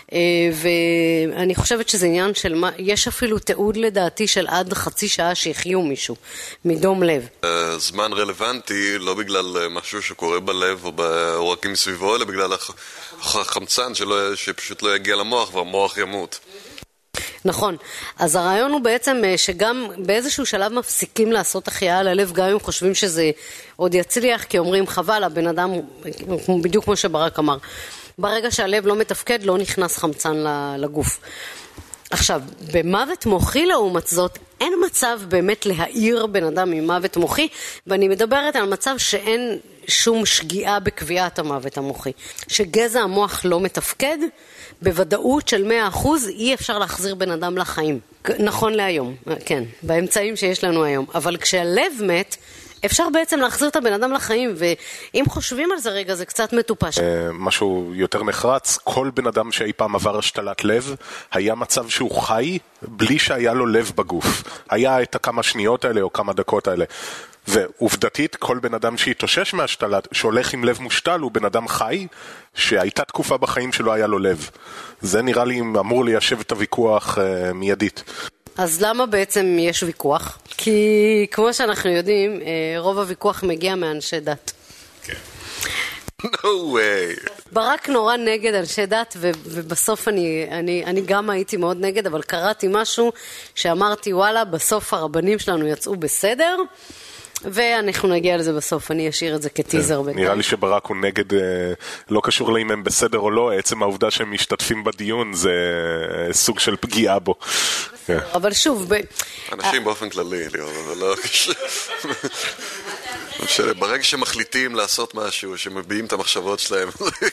ואני חושבת שזה עניין של מה, יש אפילו תיעוד לדעתי של עד חצי שעה שיחיו מישהו מדום לב. זמן רלוונטי לא בגלל משהו שקורה בלב או בעורקים סביבו, אלא בגלל החמצן שפשוט לא יגיע למוח והמוח ימות. נכון, אז הרעיון הוא בעצם שגם באיזשהו שלב מפסיקים לעשות החייאה על הלב, גם אם חושבים שזה עוד יצליח, כי אומרים חבל, הבן אדם, בדיוק כמו שברק אמר, ברגע שהלב לא מתפקד לא נכנס חמצן לגוף. עכשיו, במוות מוחי לעומת זאת, אין מצב באמת להעיר בן אדם ממוות מוחי, ואני מדברת על מצב שאין שום שגיאה בקביעת המוות המוחי. שגזע המוח לא מתפקד, בוודאות של 100% אי אפשר להחזיר בן אדם לחיים. נכון להיום, כן, באמצעים שיש לנו היום. אבל כשהלב מת, אפשר בעצם להחזיר את הבן אדם לחיים, ואם חושבים על זה רגע, זה קצת מטופש. משהו יותר נחרץ, כל בן אדם שאי פעם עבר השתלת לב, היה מצב שהוא חי בלי שהיה לו לב בגוף. היה את הכמה שניות האלה או כמה דקות האלה. ועובדתית, כל בן אדם שהתאושש מהשתלת, שהולך עם לב מושתל, הוא בן אדם חי, שהייתה תקופה בחיים שלא היה לו לב. זה נראה לי אמור ליישב את הוויכוח מיידית. אז למה בעצם יש ויכוח? כי כמו שאנחנו יודעים, רוב הוויכוח מגיע מאנשי דת. כן. No way. ברק נורא נגד אנשי דת, ובסוף אני גם הייתי מאוד נגד, אבל קראתי משהו שאמרתי, וואלה, בסוף הרבנים שלנו יצאו בסדר, ואנחנו נגיע לזה בסוף, אני אשאיר את זה כטיזר. נראה לי שברק הוא נגד, לא קשור לאם הם בסדר או לא, עצם העובדה שהם משתתפים בדיון זה סוג של פגיעה בו. אבל שוב... אנשים באופן כללי, אבל לא קשור. ברגע שמחליטים לעשות משהו, שמביעים את המחשבות שלהם,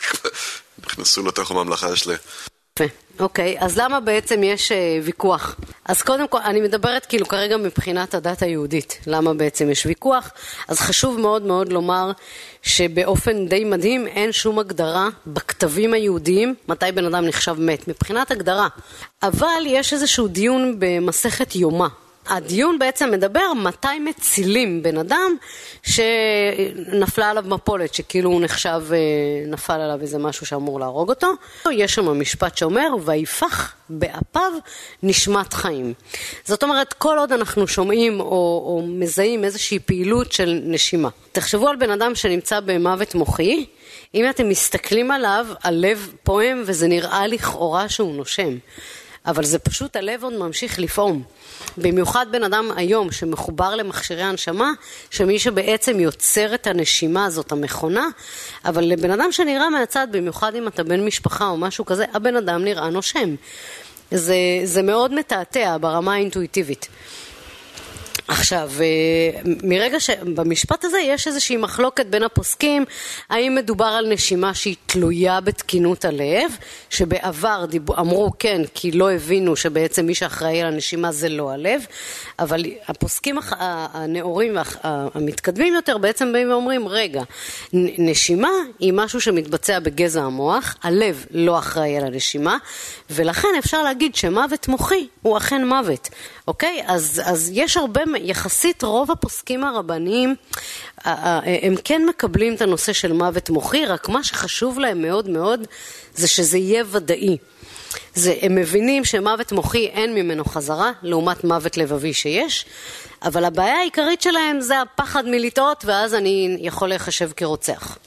נכנסו לתוך הממלכה שלהם. אוקיי, אז למה בעצם יש ויכוח? אז קודם כל, אני מדברת כאילו כרגע מבחינת הדת היהודית, למה בעצם יש ויכוח? אז חשוב מאוד מאוד לומר שבאופן די מדהים אין שום הגדרה בכתבים היהודיים מתי בן אדם נחשב מת, מבחינת הגדרה. אבל יש איזשהו דיון במסכת יומא. הדיון בעצם מדבר מתי מצילים בן אדם שנפלה עליו מפולת, שכאילו הוא נחשב, נפל עליו איזה משהו שאמור להרוג אותו. יש שם משפט שאומר, ויפח באפיו נשמת חיים. זאת אומרת, כל עוד אנחנו שומעים או מזהים איזושהי פעילות של נשימה. תחשבו על בן אדם שנמצא במוות מוחי, אם אתם מסתכלים עליו, הלב פועם וזה נראה לכאורה שהוא נושם. אבל זה פשוט הלב עוד ממשיך לפעום. במיוחד בן אדם היום שמחובר למכשירי הנשמה, שמי שבעצם יוצר את הנשימה הזאת, המכונה, אבל לבן אדם שנראה מהצד, במיוחד אם אתה בן משפחה או משהו כזה, הבן אדם נראה נושם. זה מאוד מתעתע ברמה האינטואיטיבית. עכשיו, מרגע שבמשפט הזה יש איזושהי מחלוקת בין הפוסקים, האם מדובר על נשימה שהיא תלויה בתקינות הלב, שבעבר אמרו כן, כי לא הבינו שבעצם מי שאחראי על הנשימה זה לא הלב, אבל הפוסקים הנאורים והמתקדמים יותר בעצם באים ואומרים, רגע, נשימה היא משהו שמתבצע בגזע המוח, הלב לא אחראי על הנשימה, ולכן אפשר להגיד שמוות מוחי הוא אכן מוות. אוקיי? אז יש הרבה, יחסית רוב הפוסקים הרבניים, הם כן מקבלים את הנושא של מוות מוחי, רק מה שחשוב להם מאוד מאוד, זה שזה יהיה ודאי. הם מבינים שמוות מוחי אין ממנו חזרה, לעומת מוות לבבי שיש, אבל הבעיה העיקרית שלהם זה הפחד מלטעות, ואז אני יכול לחשב כרוצח.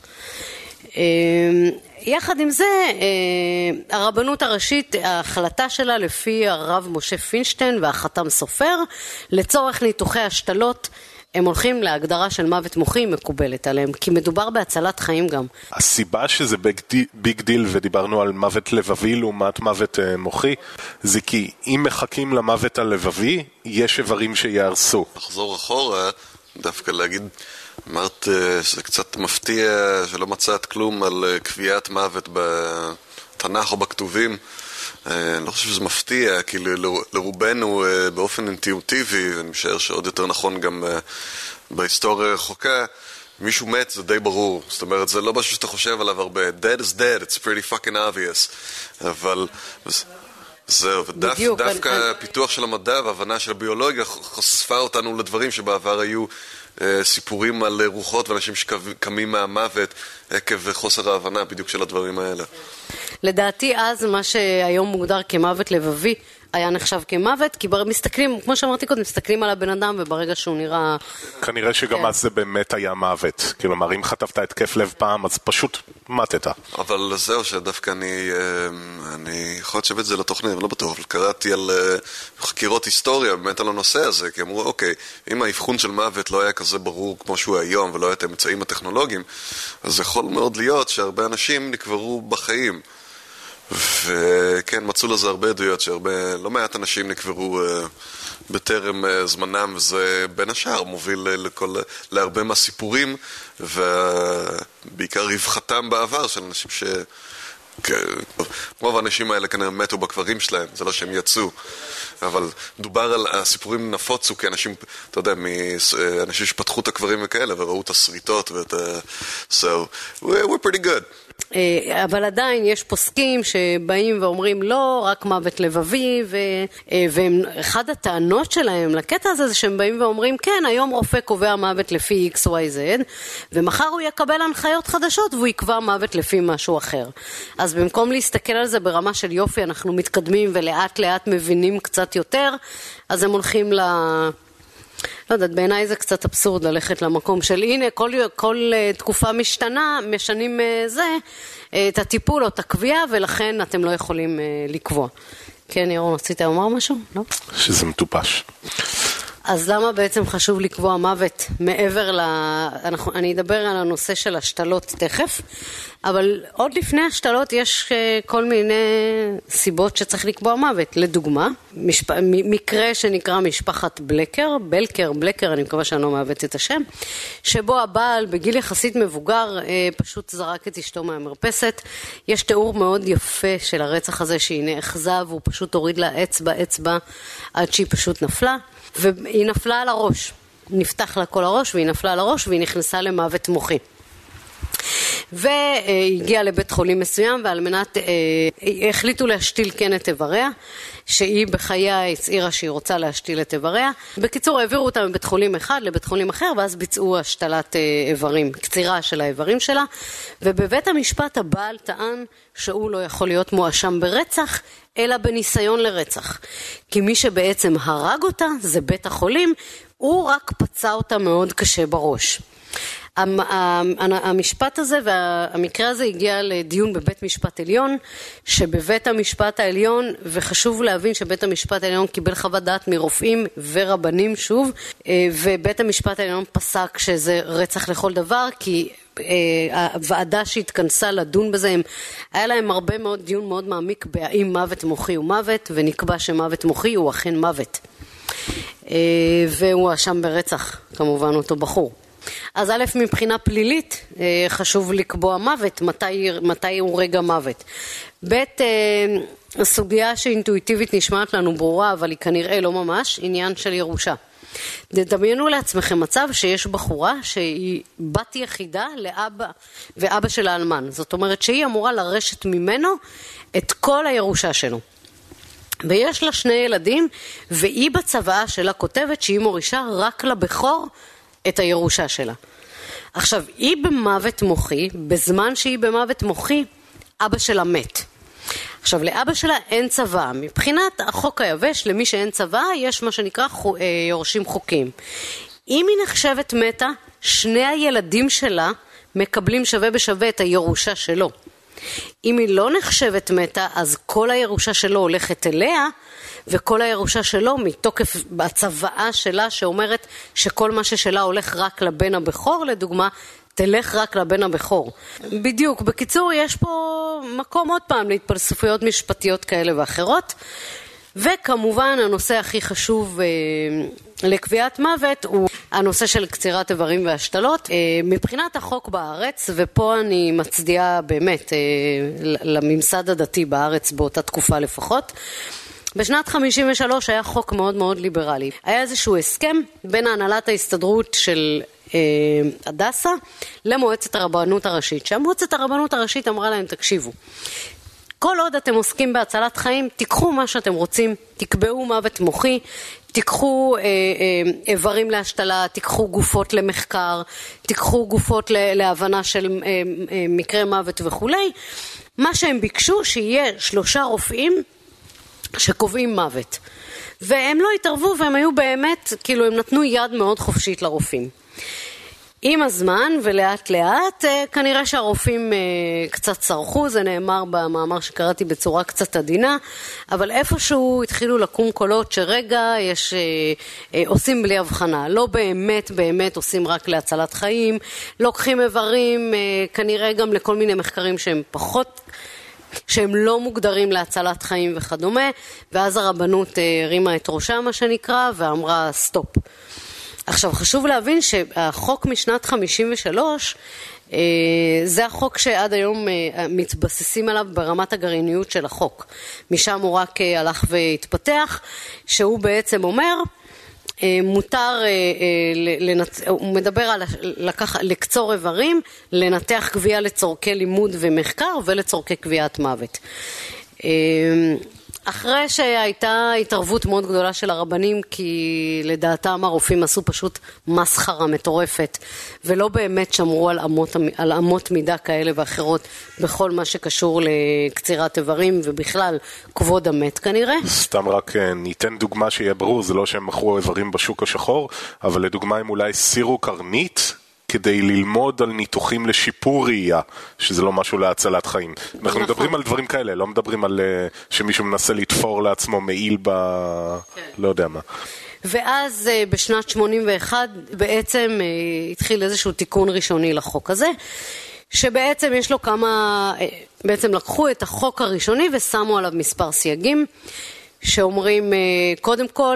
יחד עם זה, הרבנות הראשית, ההחלטה שלה לפי הרב משה פינשטיין והחתם סופר, לצורך ניתוחי השתלות, הם הולכים להגדרה של מוות מוחי מקובלת עליהם, כי מדובר בהצלת חיים גם. הסיבה שזה ביג דיל ודיברנו על מוות לבבי לעומת מוות מוחי, זה כי אם מחכים למוות הלבבי, יש איברים שיערסו. לחזור אחורה, דווקא להגיד... אמרת שזה קצת מפתיע שלא מצאת כלום על קביעת מוות בתנ"ך או בכתובים. אני לא חושב שזה מפתיע, כי לרובנו באופן אינטואיטיבי, ואני משער שעוד יותר נכון גם בהיסטוריה רחוקה, מישהו מת זה די ברור, זאת אומרת זה לא משהו שאתה חושב עליו הרבה, dead is dead, it's pretty fucking obvious, אבל זהו, ודווקא הפיתוח של המדע וההבנה של הביולוגיה חשפה אותנו לדברים שבעבר היו סיפורים על רוחות ואנשים שקמים מהמוות עקב חוסר ההבנה בדיוק של הדברים האלה. לדעתי אז מה שהיום מוגדר כמוות לבבי היה נחשב כמוות, כי מסתכלים, כמו שאמרתי קודם, מסתכלים על הבן אדם וברגע שהוא נראה... כנראה שגם אז זה באמת היה מוות. כלומר, אם חטפת התקף לב פעם, אז פשוט מתת. אבל זהו שדווקא אני יכול לשבת את זה לתוכנית, אבל לא בטוח, אבל קראתי על חקירות היסטוריה באמת על הנושא הזה, כי אמרו, אוקיי, אם האבחון של מוות לא היה כזה ברור כמו שהוא היום ולא היה את האמצעים הטכנולוגיים, אז יכול מאוד להיות שהרבה אנשים נקברו בחיים. וכן, מצאו לזה הרבה עדויות לא מעט אנשים נקברו בטרם זמנם, וזה בין השאר מוביל להרבה מהסיפורים ובעיקר רווחתם בעבר של אנשים רוב האנשים האלה כנראה מתו בקברים שלהם, זה לא שהם יצאו, אבל דובר על הסיפורים נפוצו כאנשים, אתה יודע, אנשים שפתחו את הקברים וכאלה וראו את הסריטות ואת so we're pretty good. אבל עדיין יש פוסקים שבאים ואומרים לא, רק מוות לבבי, ואחד הטענות שלהם לקטע הזה זה שהם באים ואומרים כן, היום רופא קובע מוות לפי XYZ, ומחר הוא יקבל הנחיות חדשות והוא יקבע מוות לפי משהו אחר. אז במקום להסתכל על זה ברמה של יופי, אנחנו מתקדמים ולאט לאט מבינים קצת יותר, אז הם הולכים לא יודעת, בעיניי זה קצת אבסורד ללכת למקום של הנה, כל תקופה משתנה, משנים את הטיפול או את הקביעה, ולכן אתם לא יכולים לקבוע. כן, ירון, רצית לומר משהו? לא? שזה מטופש. אז למה בעצם חשוב לקבוע מוות מעבר אני אדבר על הנושא של השתלות תכף, אבל עוד לפני השתלות יש כל מיני סיבות שצריך לקבוע מוות. לדוגמה, מקרה שנקרא משפחת בלקר, אני מקווה שאני לא מעוות את השם, שבו הבעל בגיל יחסית מבוגר פשוט זרק את אשתו מהמרפסת. יש תיאור מאוד יפה של הרצח הזה שהיא נאחזה והוא פשוט הוריד לה אצבע עד שהיא פשוט נפלה. והיא נפלה על הראש, נפתח לה כל הראש והיא נפלה על הראש והיא נכנסה למוות מוחי. והגיעה לבית חולים מסוים ועל מנת, החליטו להשתיל כן את איבריה, שהיא בחייה הצעירה שהיא רוצה להשתיל את איבריה. בקיצור, העבירו אותה מבית חולים אחד לבית חולים אחר, ואז ביצעו השתלת איברים, קצירה של האיברים שלה, ובבית המשפט הבעל טען שהוא לא יכול להיות מואשם ברצח, אלא בניסיון לרצח. כי מי שבעצם הרג אותה זה בית החולים, הוא רק פצע אותה מאוד קשה בראש. המשפט הזה והמקרה הזה הגיע לדיון בבית משפט עליון, שבבית המשפט העליון, וחשוב להבין שבית המשפט העליון קיבל חוות דעת מרופאים ורבנים שוב, ובית המשפט העליון פסק שזה רצח לכל דבר, כי הוועדה שהתכנסה לדון בזה, היה להם הרבה מאוד דיון מאוד מעמיק בהאם מוות מוחי הוא מוות, ונקבע שמוות מוחי הוא אכן מוות. והוא אשם ברצח, כמובן אותו בחור. אז א', מבחינה פלילית חשוב לקבוע מוות, מתי הוא רגע מוות. ב', הסוגיה שאינטואיטיבית נשמעת לנו ברורה, אבל היא כנראה לא ממש, עניין של ירושה. תדמיינו לעצמכם מצב שיש בחורה שהיא בת יחידה לאבא ואבא של האלמן. זאת אומרת שהיא אמורה לרשת ממנו את כל הירושה שלו. ויש לה 2 ילדים, והיא בצוואה שלה כותבת שהיא מורישה רק לבכור את הירושה שלה. עכשיו, היא במוות מוחי, בזמן שהיא במוות מוחי, אבא שלה מת. עכשיו, לאבא שלה אין צבא. מבחינת החוק היבש, למי שאין צבא, יש מה שנקרא יורשים חוקים. אם היא נחשבת מתה, 2 הילדים שלה מקבלים שווה בשווה את הירושה שלו. אם היא לא נחשבת מתה, אז כל הירושה שלו הולכת אליה, וכל הירושה שלו מתוקף הצוואה שלה שאומרת שכל מה ששלה הולך רק לבן הבכור, לדוגמה, תלך רק לבן הבכור. בדיוק, בקיצור, יש פה מקום עוד פעם להתפלספויות משפטיות כאלה ואחרות, וכמובן הנושא הכי חשוב לקביעת מוות הוא הנושא של קצירת איברים והשתלות. מבחינת החוק בארץ, ופה אני מצדיעה באמת לממסד הדתי בארץ באותה תקופה לפחות, בשנת 53 היה חוק מאוד מאוד ליברלי. היה איזשהו הסכם בין הנהלת ההסתדרות של הדסה למועצת הרבנות הראשית. שהמועצת הרבנות הראשית אמרה להם, תקשיבו, כל עוד אתם עוסקים בהצלת חיים, תיקחו מה שאתם רוצים, תקבעו מוות מוחי, תיקחו איברים להשתלה, תיקחו גופות למחקר, תיקחו גופות להבנה של מקרה מוות וכולי. מה שהם ביקשו שיהיה 3 רופאים שקובעים מוות. והם לא התערבו והם היו באמת, כאילו הם נתנו יד מאוד חופשית לרופאים. עם הזמן ולאט לאט כנראה שהרופאים קצת צרכו, זה נאמר במאמר שקראתי בצורה קצת עדינה, אבל איפשהו התחילו לקום קולות שרגע עושים בלי הבחנה, לא באמת עושים רק להצלת חיים, לוקחים איברים כנראה גם לכל מיני מחקרים שהם לא מוגדרים להצלת חיים וכדומה, ואז הרבנות הרימה את ראשה מה שנקרא ואמרה סטופ. עכשיו חשוב להבין שהחוק משנת 53 זה החוק שעד היום מתבססים עליו ברמת הגרעיניות של החוק. משם הוא רק הלך והתפתח, שהוא בעצם אומר מותר, הוא מדבר על לקצור איברים, לנתח קביעה לצורכי לימוד ומחקר ולצורכי קביעת מוות. אחרי שהייתה התערבות מאוד גדולה של הרבנים, כי לדעתם הרופאים עשו פשוט מסחרה מטורפת, ולא באמת שמרו על אמות מידה כאלה ואחרות, בכל מה שקשור לקצירת איברים, ובכלל כבוד המת כנראה. סתם רק ניתן דוגמה שיהיה ברור, זה לא שהם מכרו איברים בשוק השחור, אבל לדוגמה הם אולי סירו קרנית, כדי ללמוד על ניתוחים לשיפור ראייה, שזה לא משהו להצלת חיים. אנחנו מדברים על דברים כאלה, לא מדברים על שמישהו מנסה לתפור לעצמו מעיל לא יודע מה. ואז בשנת 81 בעצם התחיל איזשהו תיקון ראשוני לחוק הזה, שבעצם יש לו בעצם לקחו את החוק הראשוני ושמו עליו מספר סייגים, שאומרים קודם כל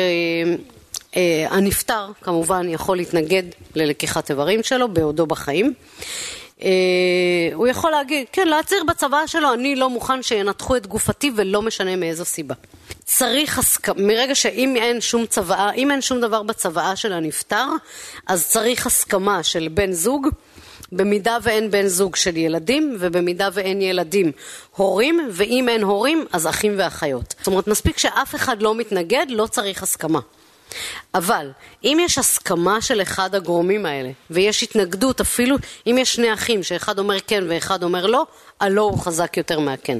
הנפטר כמובן יכול להתנגד ללקיחת איברים שלו בעודו בחיים. הוא יכול להגיד, כן, להצהיר בצבא שלו, אני לא מוכן שינתחו את גופתי ולא משנה מאיזו סיבה. צריך הסכמה, מרגע שאם אין שום צבאה, אם אין שום דבר בצבאה של הנפטר, אז צריך הסכמה של בן זוג, במידה ואין בן זוג של ילדים, ובמידה ואין ילדים הורים, ואם אין הורים, אז אחים ואחיות. זאת אומרת, מספיק שאף אחד לא מתנגד, לא צריך הסכמה. אבל אם יש הסכמה של אחד הגורמים האלה ויש התנגדות, אפילו אם יש 2 אחים שאחד אומר כן ואחד אומר לא, הלא הוא חזק יותר מהכן.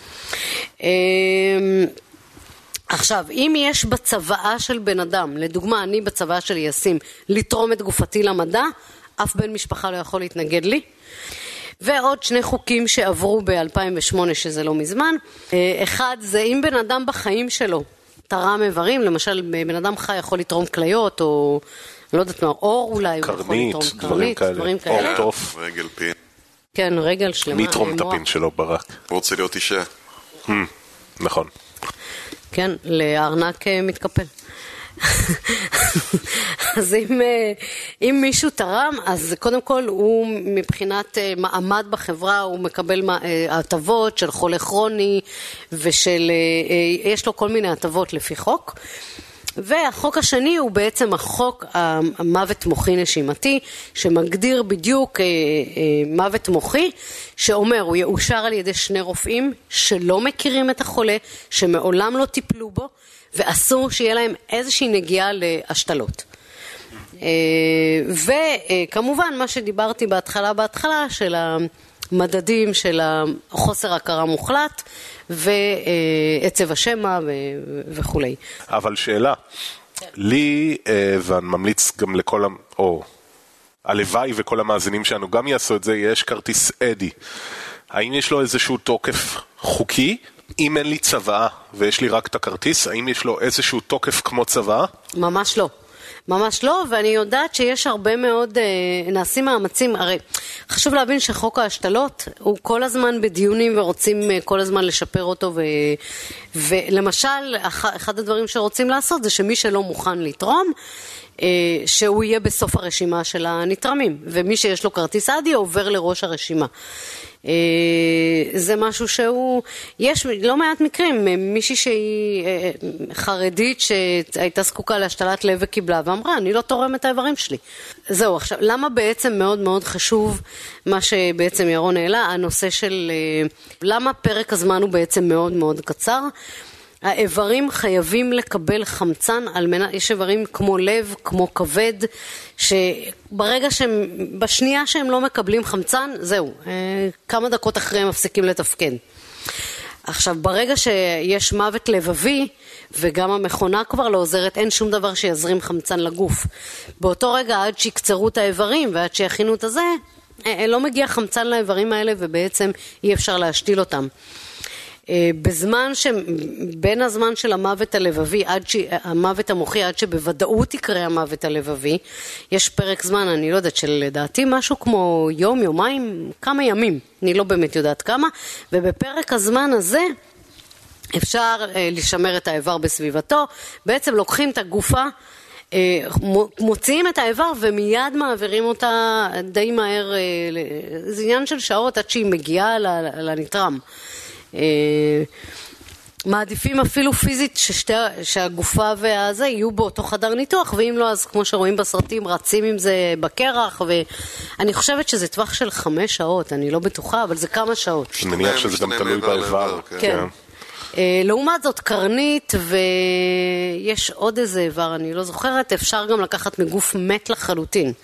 עכשיו, אם יש בצוואה של בן אדם, לדוגמה אני בצוואה של יסים, לתרום את גופתי למדע, אף בן משפחה לא יכול להתנגד לי. ועוד 2 חוקים שעברו ב-2008 שזה לא מזמן. אחד זה אם בן אדם בחיים שלו תרם איברים, למשל בן אדם חי יכול לתרום כליות, או לא יודעת מה, אור אולי, קרנית, דברים כאלה, אור טוף, רגל פין. כן, רגל שלמה. מי תרום את הפין שלו ברק? הוא רוצה להיות אישה. נכון. כן, לארנק מתקפל. אז אם מישהו תרם, אז קודם כל הוא מבחינת מעמד בחברה, הוא מקבל הטבות של חולה כרוני, יש לו כל מיני הטבות לפי חוק. והחוק השני הוא בעצם החוק המוות מוחי נשימתי, שמגדיר בדיוק מוות מוחי, שאומר, הוא יאושר על ידי 2 רופאים שלא מכירים את החולה, שמעולם לא טיפלו בו, ואסור שיהיה להם איזושהי נגיעה להשתלות. וכמובן מה שדיברתי בהתחלה של המדדים של חוסר הכרה מוחלט ועצב השמע וכו'. אבל שאלה, לי ואני ממליץ גם לכל, או הלוואי וכל המאזינים שלנו גם יעשו את זה, יש כרטיס אדי. האם יש לו איזשהו תוקף חוקי? אם אין לי צבאה ויש לי רק את הכרטיס, האם יש לו איזשהו תוקף כמו צבאה? ממש לא. ממש לא, ואני יודעת שיש הרבה מאוד, נעשים מאמצים, הרי חשוב להבין שחוק ההשתלות הוא כל הזמן בדיונים ורוצים כל הזמן לשפר אותו, ולמשל, אחד הדברים שרוצים לעשות זה שמי שלא מוכן לתרום, שהוא יהיה בסוף הרשימה של הנתרמים, ומי שיש לו כרטיס אדי עובר לראש הרשימה. זה משהו שהוא, יש לא מעט מקרים, מישהי שהיא חרדית שהייתה זקוקה להשתלת לב וקיבלה ואמרה, אני לא תורמת את האיברים שלי. זהו, עכשיו, למה בעצם מאוד מאוד חשוב מה שבעצם ירון העלה, הנושא של למה פרק הזמן הוא בעצם מאוד מאוד קצר? האיברים חייבים לקבל חמצן, יש איברים כמו לב, כמו כבד, שברגע בשנייה שהם לא מקבלים חמצן, זהו, כמה דקות אחרי הם מפסיקים לתפקד. עכשיו, ברגע שיש מוות לבבי, וגם המכונה כבר לא עוזרת, אין שום דבר שיזרים חמצן לגוף. באותו רגע, עד שיקצרו את האיברים ועד שיכינו את הזה, לא מגיע חמצן לאיברים האלה, ובעצם אי אפשר להשתיל אותם. בין הזמן של המוות הלבבי עד המוות המוחי, עד שבוודאות יקרה המוות הלבבי, יש פרק זמן, אני לא יודעת, שלדעתי משהו כמו יום, יומיים, כמה ימים, אני לא באמת יודעת כמה, ובפרק הזמן הזה אפשר לשמר את האיבר בסביבתו, בעצם לוקחים את הגופה, מוציאים את האיבר ומיד מעבירים אותה די מהר, זה עניין של שעות עד שהיא מגיעה לנתרם. מעדיפים אפילו פיזית שהגופה והזה יהיו באותו חדר ניתוח, ואם לא, אז כמו שרואים בסרטים, רצים עם זה בקרח, ואני חושבת שזה טווח של 5 שעות, אני לא בטוחה, אבל זה כמה שעות. אני מניח שזה גם תלוי באיבר. כן. לעומת זאת, קרנית, ויש עוד איזה איבר, אני לא זוכרת, אפשר גם לקחת מגוף מת לחלוטין.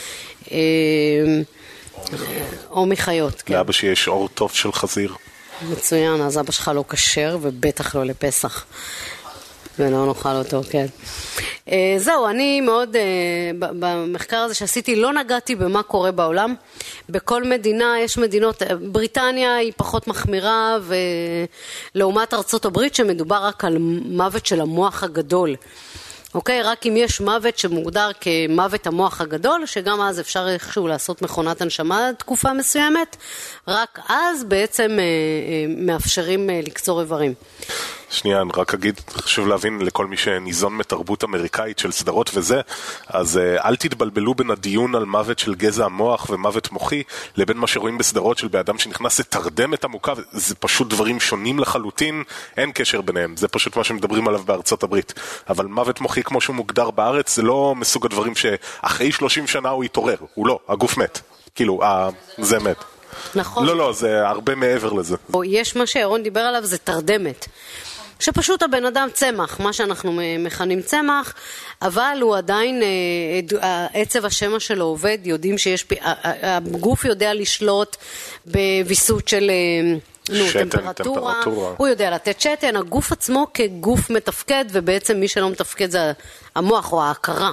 או מחיות, כן. לאבא שיש אור טוב של חזיר. מצוין, אז אבא שלך לא כשר, ובטח לא לפסח. ולא נאכל אותו, כן. זהו, אני מאוד, במחקר הזה שעשיתי, לא נגעתי במה קורה בעולם. בכל מדינה, יש מדינות, בריטניה היא פחות מחמירה, ולעומת ארצות הברית שמדובר רק על מוות של המוח הגדול. אוקיי, רק אם יש מוות שמוגדר כמוות המוח הגדול, שגם אז אפשר איכשהו לעשות מכונת הנשמה תקופה מסוימת, רק אז בעצם מאפשרים לקצור איברים. שנייה, אני רק אגיד, חשוב להבין לכל מי שניזון מתרבות אמריקאית של סדרות וזה, אז אל תתבלבלו בין הדיון על מוות של גזע המוח ומוות מוחי, לבין מה שרואים בסדרות של באדם שנכנס לתרדם את המוקה, זה פשוט דברים שונים לחלוטין, אין קשר ביניהם, זה פשוט מה שמדברים עליו בארצות הברית. אבל מוות מוחי כמו שהוא מוגדר בארץ, זה לא מסוג הדברים שאחרי 30 שנה הוא יתעורר, הוא לא, הגוף מת, כאילו, זה מת. נכון. לא, זה הרבה מעבר לזה. יש מה שירון דיבר עליו, זה תרדמת. שפשוט הבן אדם צמח, מה שאנחנו מכנים צמח, אבל הוא עדיין, עצב השמע שלו עובד, יודעים שיש, הגוף יודע לשלוט בוויסות של טמפרטורה, הוא יודע לתת שתן, הגוף עצמו כגוף מתפקד, ובעצם מי שלא מתפקד זה המוח או ההכרה.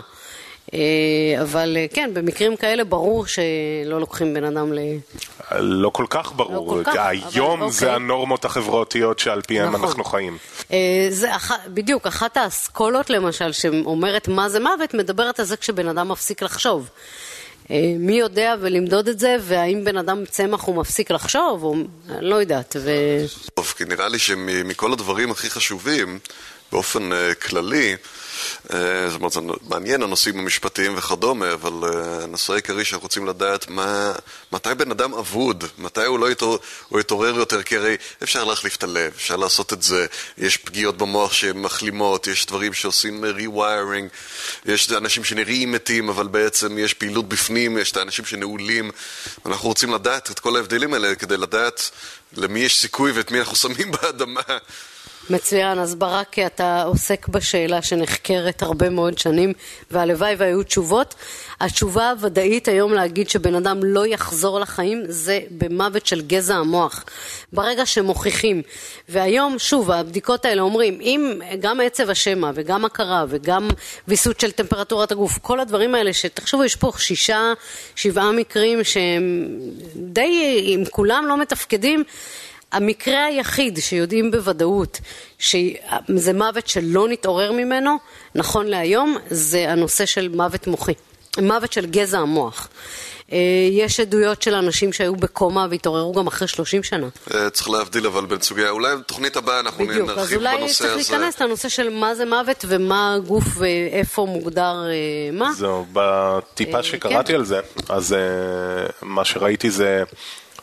אבל כן, במקרים כאלה ברור שלא לוקחים בן אדם לא כל כך ברור, היום זה הנורמות החברתיות שעל פיהם אנחנו חיים. זה בדיוק, אחת האסכולות למשל שאומרת מה זה מוות, מדברת על זה כשבן אדם מפסיק לחשוב. מי יודע ולמדוד את זה, והאם בן אדם צמח הוא מפסיק לחשוב, או לא יודעת. טוב, כי נראה לי שמכל הדברים הכי חשובים, באופן כללי, זאת אומרת, זה מעניין הנושאים המשפטיים וכדומה, אבל הנושא העיקרי שאנחנו רוצים לדעת מתי בן אדם אבוד, מתי הוא לא יתעורר יותר, כי הרי אפשר להחליף את הלב, אפשר לעשות את זה, יש פגיעות במוח שהן מחלימות, יש דברים שעושים rewiring, יש אנשים שנראים מתים, אבל בעצם יש פעילות בפנים, יש את האנשים שנעולים, אנחנו רוצים לדעת את כל ההבדלים האלה, כדי לדעת למי יש סיכוי ואת מי אנחנו שמים באדמה. מצוין, אז ברק, אתה עוסק בשאלה שנחקרת הרבה מאוד שנים, והלוואי והיו תשובות. התשובה הוודאית היום להגיד שבן אדם לא יחזור לחיים, זה במוות של גזע המוח. ברגע שמוכיחים. והיום, שוב, הבדיקות האלה אומרים, אם גם עצב השמע וגם הכרה וגם ויסות של טמפרטורת הגוף, כל הדברים האלה שתחשבו, יש פה 6-7 מקרים שהם די, אם כולם לא מתפקדים, המקרה היחיד שיודעים בוודאות שזה מוות שלא נתעורר ממנו, נכון להיום, זה הנושא של מוות מוחי, מוות של גזע המוח. יש עדויות של אנשים שהיו בקומה והתעוררו גם אחרי 30 שנה. צריך להבדיל אבל בין סוגיה, אולי בתוכנית הבאה אנחנו נרחיב בנושא הזה. בדיוק, אז אולי צריך להיכנס לנושא של מה זה מוות ומה הגוף ואיפה מוגדר מה. זהו, בטיפה שקראתי על זה, אז מה שראיתי זה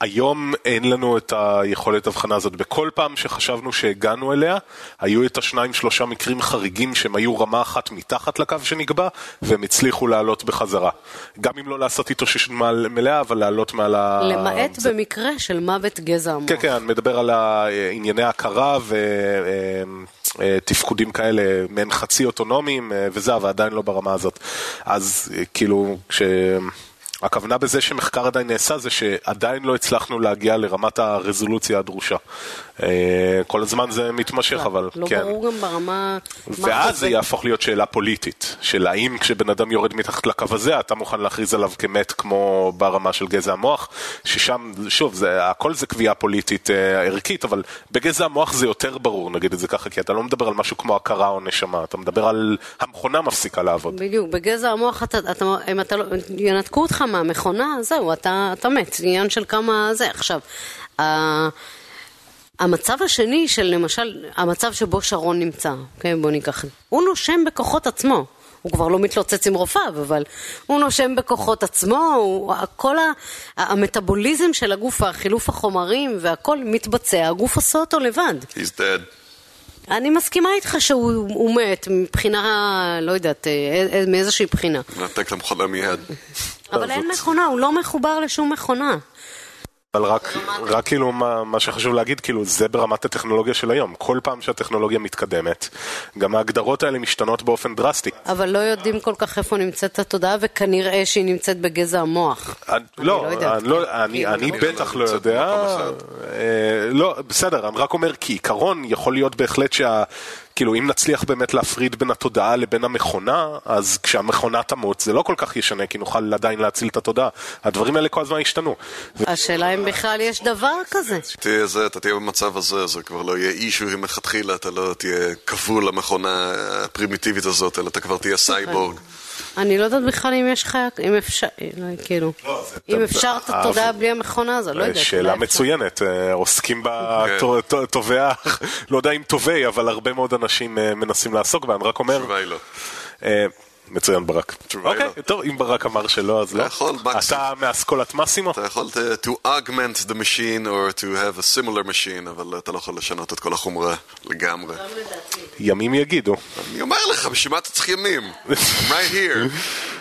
היום אין לנו את היכולת הבחנה הזאת. בכל פעם שחשבנו שהגענו אליה, היו את 2-3 מקרים חריגים שהם היו רמה אחת מתחת לקו שנקבע, והם הצליחו לעלות בחזרה. גם אם לא לעשות התאוששות מלאה, אבל לעלות מעל למעט במקרה של מוות גזע המוח. כן, כן, אני מדבר על ענייני ההכרה ותפקודים כאלה, מעין חצי אוטונומיים, וזה, אבל עדיין לא ברמה הזאת. אז כאילו, הכוונה בזה שמחקר עדיין נעשה זה שעדיין לא הצלחנו להגיע לרמת הרזולוציה הדרושה. כל הזמן זה מתמשך, אבל לא כן. ברור גם ברמה... ואז זה יהפוך להיות שאלה פוליטית, של האם כשבן אדם יורד מתחת לקו הזה, אתה מוכן להכריז עליו כמת כמו ברמה של גזע המוח, ששם, שוב, הכל זה קביעה פוליטית ערכית, אבל בגזע המוח זה יותר ברור, נגיד את זה ככה, כי אתה לא מדבר על משהו כמו הכרה או נשמה, אתה מדבר על המכונה מפסיקה לעבוד. בדיוק, בגזע המוח, אם אתה לא... ינתקו אותך מהמכונה, זהו, אתה מת, עניין של כמה זה. עכשיו, המצב השני של למשל, המצב שבו שרון נמצא, okay, בוא ניקח, הוא נושם בכוחות עצמו, הוא כבר לא מתלוצץ עם רופאיו, אבל הוא נושם בכוחות עצמו, כל המטאבוליזם של הגוף, החילוף החומרים והכל מתבצע, הגוף עושה אותו לבד. He's dead. אני מסכימה איתך שהוא מת מבחינה, לא יודעת, מאיזושהי בחינה. נתק למכונה מיד. אבל אין מכונה, הוא לא מחובר לשום מכונה. אבל רק כאילו מה שחשוב להגיד, כאילו זה ברמת הטכנולוגיה של היום. כל פעם שהטכנולוגיה מתקדמת, גם ההגדרות האלה משתנות באופן דרסטי. אבל לא יודעים כל כך איפה נמצאת התודעה, וכנראה שהיא נמצאת בגזע המוח. לא, אני בטח לא יודע. לא, בסדר, אני רק אומר, כי עיקרון יכול להיות בהחלט כאילו, אם נצליח באמת להפריד בין התודעה לבין המכונה, אז כשהמכונה תמות, זה לא כל כך ישנה, כי נוכל עדיין להציל את התודעה. הדברים האלה כל הזמן ישתנו. השאלה אם בכלל יש דבר כזה. אתה תהיה במצב הזה, זה כבר לא יהיה אישו אם מלכתחילה, אתה לא תהיה כבול למכונה הפרימיטיבית הזאת, אלא אתה כבר תהיה סייבורג. אני לא יודעת בכלל אם יש חיה, אם אפשר, כאילו, אם אפשר את התודעה בלי המכונה הזו, לא יודעת. שאלה מצוינת, עוסקים בתובע, לא יודע אם תובעי, אבל הרבה מאוד אנשים מנסים לעסוק, ואני רק אומר... תשובה היא לא. מצוין ברק. אוקיי, טוב, אם ברק אמר שלא, אז לא. אתה מאסכולת מסימו? אתה יכול to augment the machine or to have a similar machine, אבל אתה לא יכול לשנות את כל החומרה לגמרי. ימים יגידו. אני אומר לך, בשביל מה אתה צריך ימים? I'm right here.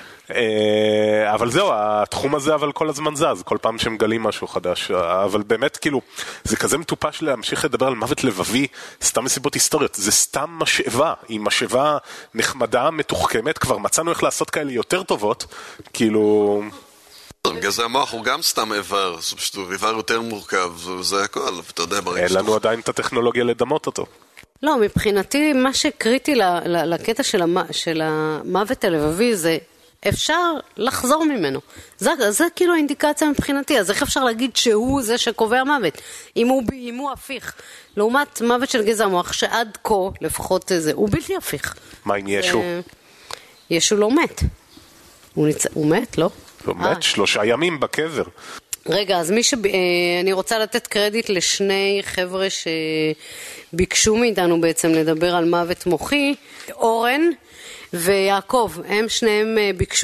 אבל זהו, התחום הזה אבל כל הזמן זז, כל פעם שמגלים משהו חדש, אבל באמת כאילו, זה כזה מטופש להמשיך לדבר על מוות לבבי, סתם מסיבות היסטוריות, זה סתם משאבה, היא משאבה נחמדה, מתוחכמת, כבר מצאנו איך לעשות כאלה יותר טובות, כאילו... גזע המוח הוא גם סתם איבר, זה פשוט איבר יותר מורכב, זה הכל, אתה יודע, אין לנו עדיין את הטכנולוגיה לדמות אותו. לא, מבחינתי מה שקריטי לקטע של המוות הלבבי זה אפשר לחזור ממנו. זה כאילו האינדיקציה מבחינתי. אז איך אפשר להגיד שהוא זה שקובע מוות? אם הוא הפיך. לעומת מוות של גזע המוח, שעד כה, לפחות זה, הוא בלתי הפיך. מה עם ישו? ישו לא מת. הוא מת, לא? הוא מת 3 ימים בקבר. רגע, אז אני רוצה לתת קרדיט לשני חבר'ה שביקשו מאיתנו בעצם לדבר על מוות מוחי. אורן ויעקב, הם שניהם ביקשו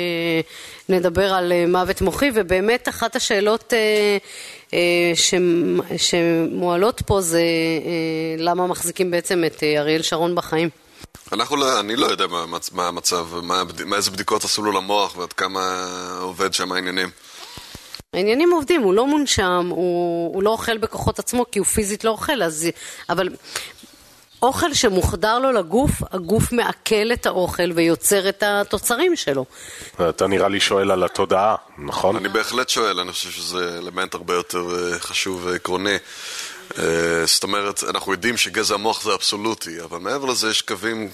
שנדבר על מוות מוחי, ובאמת אחת השאלות שמועלות פה זה למה מחזיקים בעצם את אריאל שרון בחיים. אני לא יודע מה המצב, איזה בדיקות עשו לו למוח ועד כמה עובד שם העניינים. העניינים עובדים, הוא לא מונשם, הוא לא אוכל בכוחות עצמו כי הוא פיזית לא אוכל, אבל אוכל שמוחדר לו לגוף, הגוף מעכל את האוכל ויוצר את התוצרים שלו. אתה נראה לי שואל על התודעה, נכון? אני בהחלט שואל, אני חושב שזה אלמנט הרבה יותר חשוב ועקרוני. זאת אומרת, אנחנו יודעים שגזע המוח זה אבסולוטי, אבל מעבר לזה יש קווים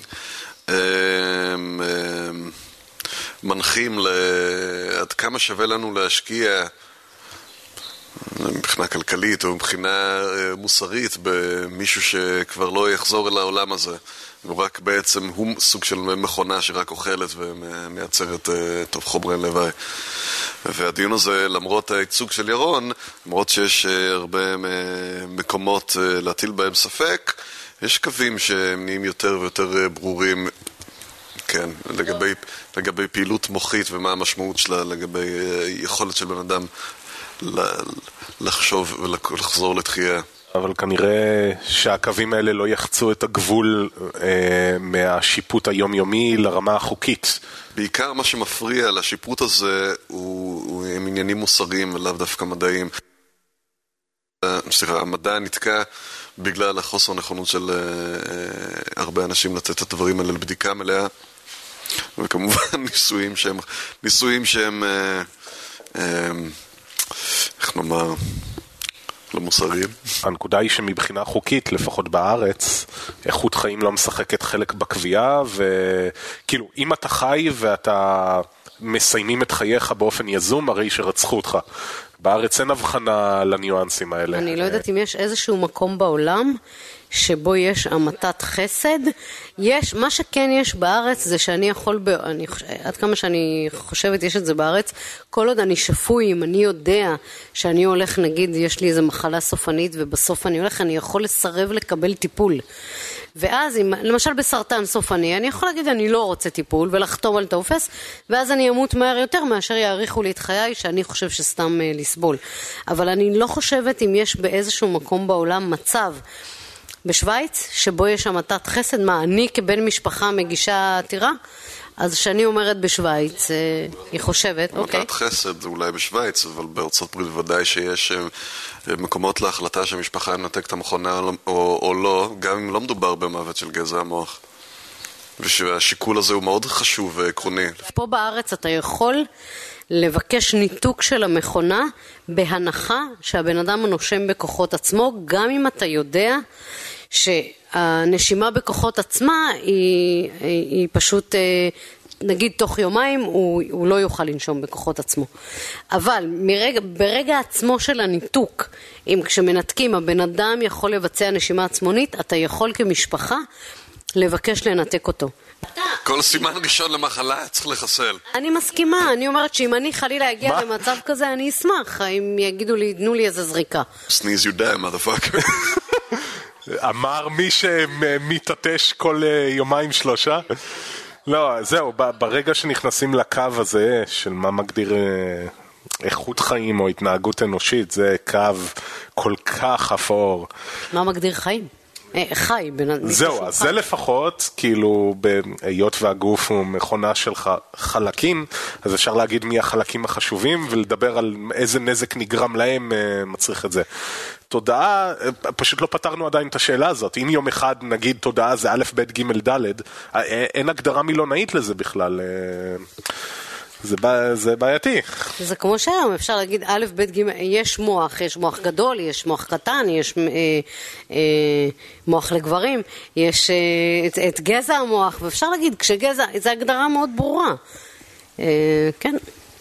מנחים עד כמה שווה לנו להשקיע מבחינה כלכלית או מבחינה מוסרית במישהו שכבר לא יחזור אל העולם הזה. הוא רק בעצם, הוא סוג של מכונה שרק אוכלת ומייצרת טוב חומרי לוואי. והדיון הזה, למרות הייצוג של ירון, למרות שיש הרבה מקומות להטיל בהם ספק, יש קווים שנהיים יותר ויותר ברורים, כן, לגבי פעילות מוחית ומה המשמעות שלה, לגבי יכולת של בן אדם לחשוב ולחזור לתחייה. אבל כנראה שהקווים האלה לא יחצו את הגבול מהשיפוט היומיומי לרמה החוקית. בעיקר מה שמפריע לשיפוט הזה הם עניינים מוסריים ולאו דווקא מדעיים. המדע נתקע בגלל החוסר נכונות של הרבה אנשים לתת את הדברים האלה לבדיקה מלאה, וכמובן ניסויים שהם איך נאמר, לא מוסריים. הנקודה היא שמבחינה חוקית, לפחות בארץ, איכות חיים לא משחקת חלק בקביעה, וכאילו, אם אתה חי ואתה מסיימים את חייך באופן יזום, הרי שרצחו אותך. בארץ אין הבחנה לניואנסים האלה. אני לא יודעת אם יש איזשהו מקום בעולם שבו יש המתת חסד. מה שכן יש בארץ זה שאני יכול, עד כמה שאני חושבת יש את זה בארץ, כל עוד אני שפוי, אם אני יודע שאני הולך, נגיד יש לי איזו מחלה סופנית ובסוף אני הולך, אני יכול לסרב לקבל טיפול. ואז, למשל בסרטן סופני, אני יכול להגיד אני לא רוצה טיפול ולחתום על טופס, ואז אני אמות מהר יותר מאשר יאריכו לי את חיי שאני חושב שסתם לסבול. אבל אני לא חושבת אם יש באיזשהו מקום בעולם מצב בשוויץ שבו יש המתת חסד. מה, אני כבן משפחה מגישה עתירה? אז שאני אומרת בשוויץ, היא חושבת, אוקיי. המתת חסד זה אולי בשוויץ, אבל בארצות הברית ודאי שיש מקומות להחלטה שהמשפחה נתק את המכונה או לא, גם אם לא מדובר במוות של גזע המוח. ושהשיקול הזה הוא מאוד חשוב ועקרוני. פה בארץ אתה יכול לבקש ניתוק של המכונה בהנחה שהבן אדם נושם בכוחות עצמו, גם אם אתה יודע שהנשימה בכוחות עצמה היא פשוט, נגיד תוך יומיים הוא לא יוכל לנשום בכוחות עצמו. אבל ברגע עצמו של הניתוק, אם כשמנתקים הבן אדם יכול לבצע נשימה עצמונית, אתה יכול כמשפחה לבקש לנתק אותו. כל סימן ראשון למחלה צריך לחסל. אני מסכימה, אני אומרת שאם אני חלילה אגיע למצב כזה, אני אשמח, אם יגידו לי, תנו לי איזה זריקה. Sneeze you die, motherfucker. אמר מי שמתעטש כל יומיים שלושה. לא, זהו, ברגע שנכנסים לקו הזה של מה מגדיר איכות חיים או התנהגות אנושית, זה קו כל כך אפור. מה מגדיר חיים? חי. זהו, אז זה לפחות, כאילו, בהיות והגוף הוא מכונה של חלקים, אז אפשר להגיד מי החלקים החשובים, ולדבר על איזה נזק נגרם להם מצריך את זה. תודעה, פשוט לא פתרנו עדיין את השאלה הזאת. אם יום אחד נגיד תודעה זה א', ב', ג', ד', אין הגדרה מילונאית לזה בכלל. זה בעייתי. זה כמו שהיום, אפשר להגיד א', ב', ג', יש מוח גדול, יש מוח קטן, יש מוח לגברים, יש את גזע המוח, ואפשר להגיד, כשגזע, זו הגדרה מאוד ברורה. כן.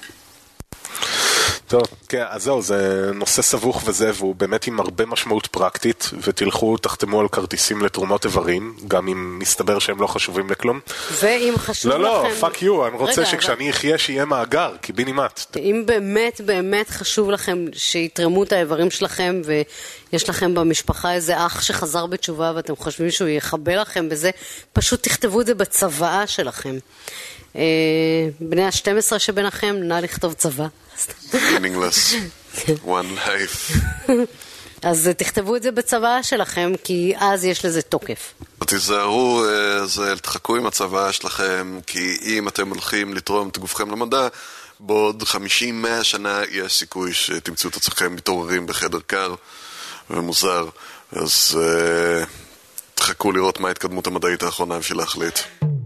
טוב, כן, אז זהו, זה נושא סבוך וזה, והוא באמת עם הרבה משמעות פרקטית, ותלכו, תחתמו על כרטיסים לתרומות איברים, גם אם מסתבר שהם לא חשובים לכלום. ואם חשוב לכם... לא, פאק יו, אני רוצה שכשאני אחיה שיהיה מאגר, קיבינימט. אם באמת, באמת חשוב לכם שיתרמו את האיברים שלכם, ויש לכם במשפחה איזה אח שחזר בתשובה, ואתם חושבים שהוא יחבל לכם בזה, פשוט תכתבו את זה בצוואה שלכם. בני ה-12 שביניכם, נא לכתוב צבא. meaningless, one life. אז תכתבו את זה בצוואה שלכם, כי אז יש לזה תוקף. תיזהרו, תחכו עם הצוואה שלכם, כי אם אתם הולכים לתרום את גופכם למדע, בעוד 50-100 שנה יש סיכוי שתמצאו את עצמכם מתעוררים בחדר קר ומוזר, אז תחכו לראות מה ההתקדמות המדעית האחרונה בשביל להחליט.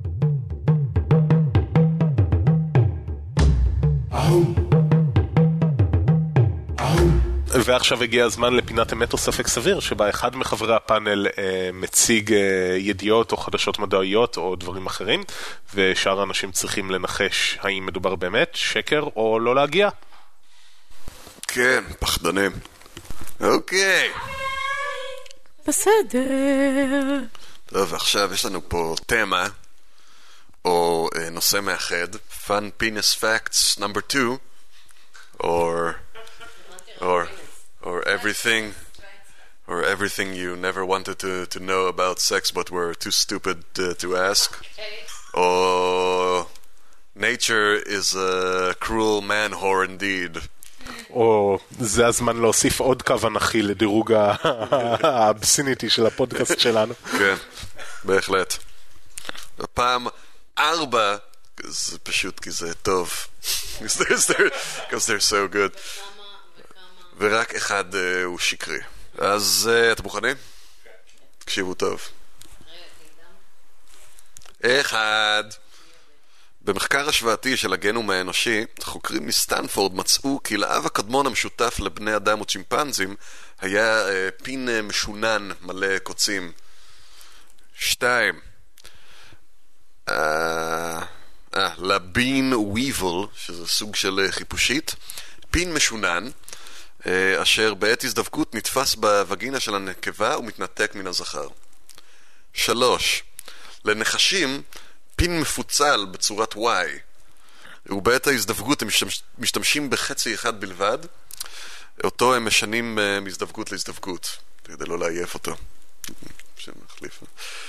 ועכשיו הגיע הזמן לפינת אמת או ספק סביר, שבה אחד מחברי הפאנל מציג ידיעות או חדשות מדעיות או דברים אחרים, ושאר האנשים צריכים לנחש האם מדובר באמת, שקר או לא להגיע. כן, פחדנים. אוקיי. בסדר. טוב, עכשיו יש לנו פה תמה, או נושא מאחד, Fun Penis Facts number 2, or everything you never wanted to know about sex but were too stupid to ask. Or nature is a cruel man whore indeed. או זה הזמן להוסיף עוד קו אנכי לדירוג האבסיניטי של הפודקאסט שלנו. כן, בהחלט. הפעם 4, זה פשוט כי זה טוב. Because they're so good. ורק אחד הוא שקרי. אז אתם מוכנים? תקשיבו טוב. 1. במחקר השוואתי של הגנום האנושי, חוקרים מסטנפורד מצאו כי לאב הקדמון המשותף לבני אדם וצ'ימפנזים היה פין משונן מלא קוצים. 2. לבין וויבל, שזה סוג של חיפושית, פין משונן, אשר בעת הזדווקות נתפס בווגינה של הנקבה ומתנתק מן הזכר. 3. לנחשים, פין מפוצל בצורת Y, ובעת ההזדווגות הם משתמשים בחצי אחד בלבד, אותו הם משנים מהזדווגות להזדווגות, כדי לא לעייף אותו. שמחליף.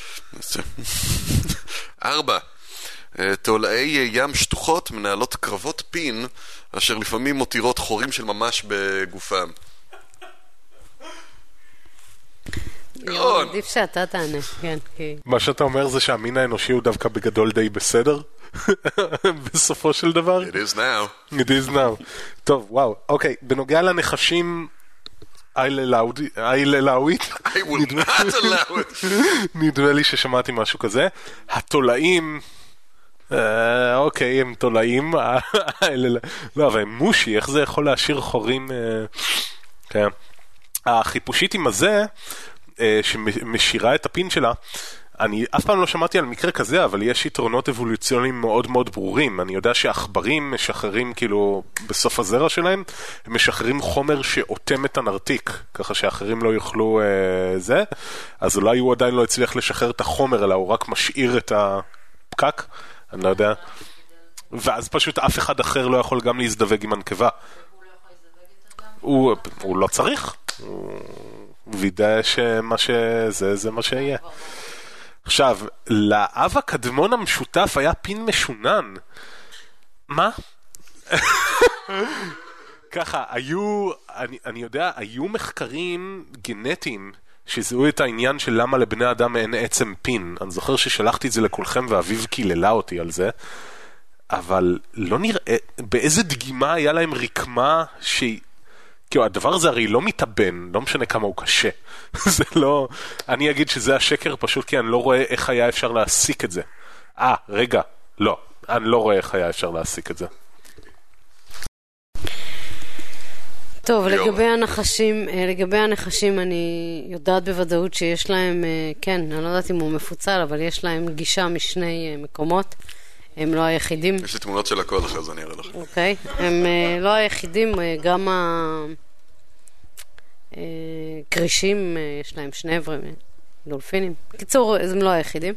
4. תולעי ים שטוחות מנהלות קרבות פין, אשר לפעמים מותירות חורים של ממש בגופם. עדיף שאתה תענה, כן. מה שאתה אומר זה שהמין האנושי הוא דווקא בגדול די בסדר? בסופו של דבר? It is now. It is now. טוב, וואו. אוקיי, בנוגע לנחשים, אייללאווית. I will not allow it. נדמה לי ששמעתי משהו כזה. התולעים, אוקיי, הם תולעים. לא, אבל הם מושי, איך זה יכול להשאיר חורים? כן. החיפושית עם הזה, שמשאירה את הפין שלה, אני אף פעם לא שמעתי על מקרה כזה, אבל יש יתרונות אבולוציוניים מאוד מאוד ברורים. אני יודע שהעכברים משחררים, כאילו, בסוף הזרע שלהם, הם משחררים חומר שאותם את הנרתיק, ככה שאחרים לא יוכלו זה, אז אולי הוא עדיין לא הצליח לשחרר את החומר, אלא הוא רק משאיר את הפקק, אני לא יודע. ואז פשוט אף אחד אחר לא יכול גם להזדווג עם הנקבה. הוא לא צריך. הוא וידא שמה שזה, זה מה שיהיה. עכשיו, לאב הקדמון המשותף היה פין משונן. מה? ככה, אני יודע, היו מחקרים גנטיים שזיהו את העניין של למה לבני אדם אין עצם פין. אני זוכר ששלחתי את זה לכולכם ואביב קיללה אותי על זה, אבל לא נראה, באיזה דגימה היה להם רקמה כאילו, הדבר הזה הרי לא מתאבן, לא משנה כמה הוא קשה. זה לא, אני אגיד שזה השקר פשוט כי אני לא רואה איך היה אפשר להסיק את זה. רגע, לא, אני לא רואה איך היה אפשר להסיק את זה. טוב, לגבי הנחשים אני יודעת בוודאות שיש להם, כן, אני לא יודעת אם הוא מפוצל, אבל יש להם גישה משני מקומות. הם לא היחידים. יש לי תמונות של הכל אחרי זה, אני אראה לך. אוקיי, הם לא היחידים, גם הקרישים, יש להם שני עברים, דולפינים. בקיצור, הם לא היחידים.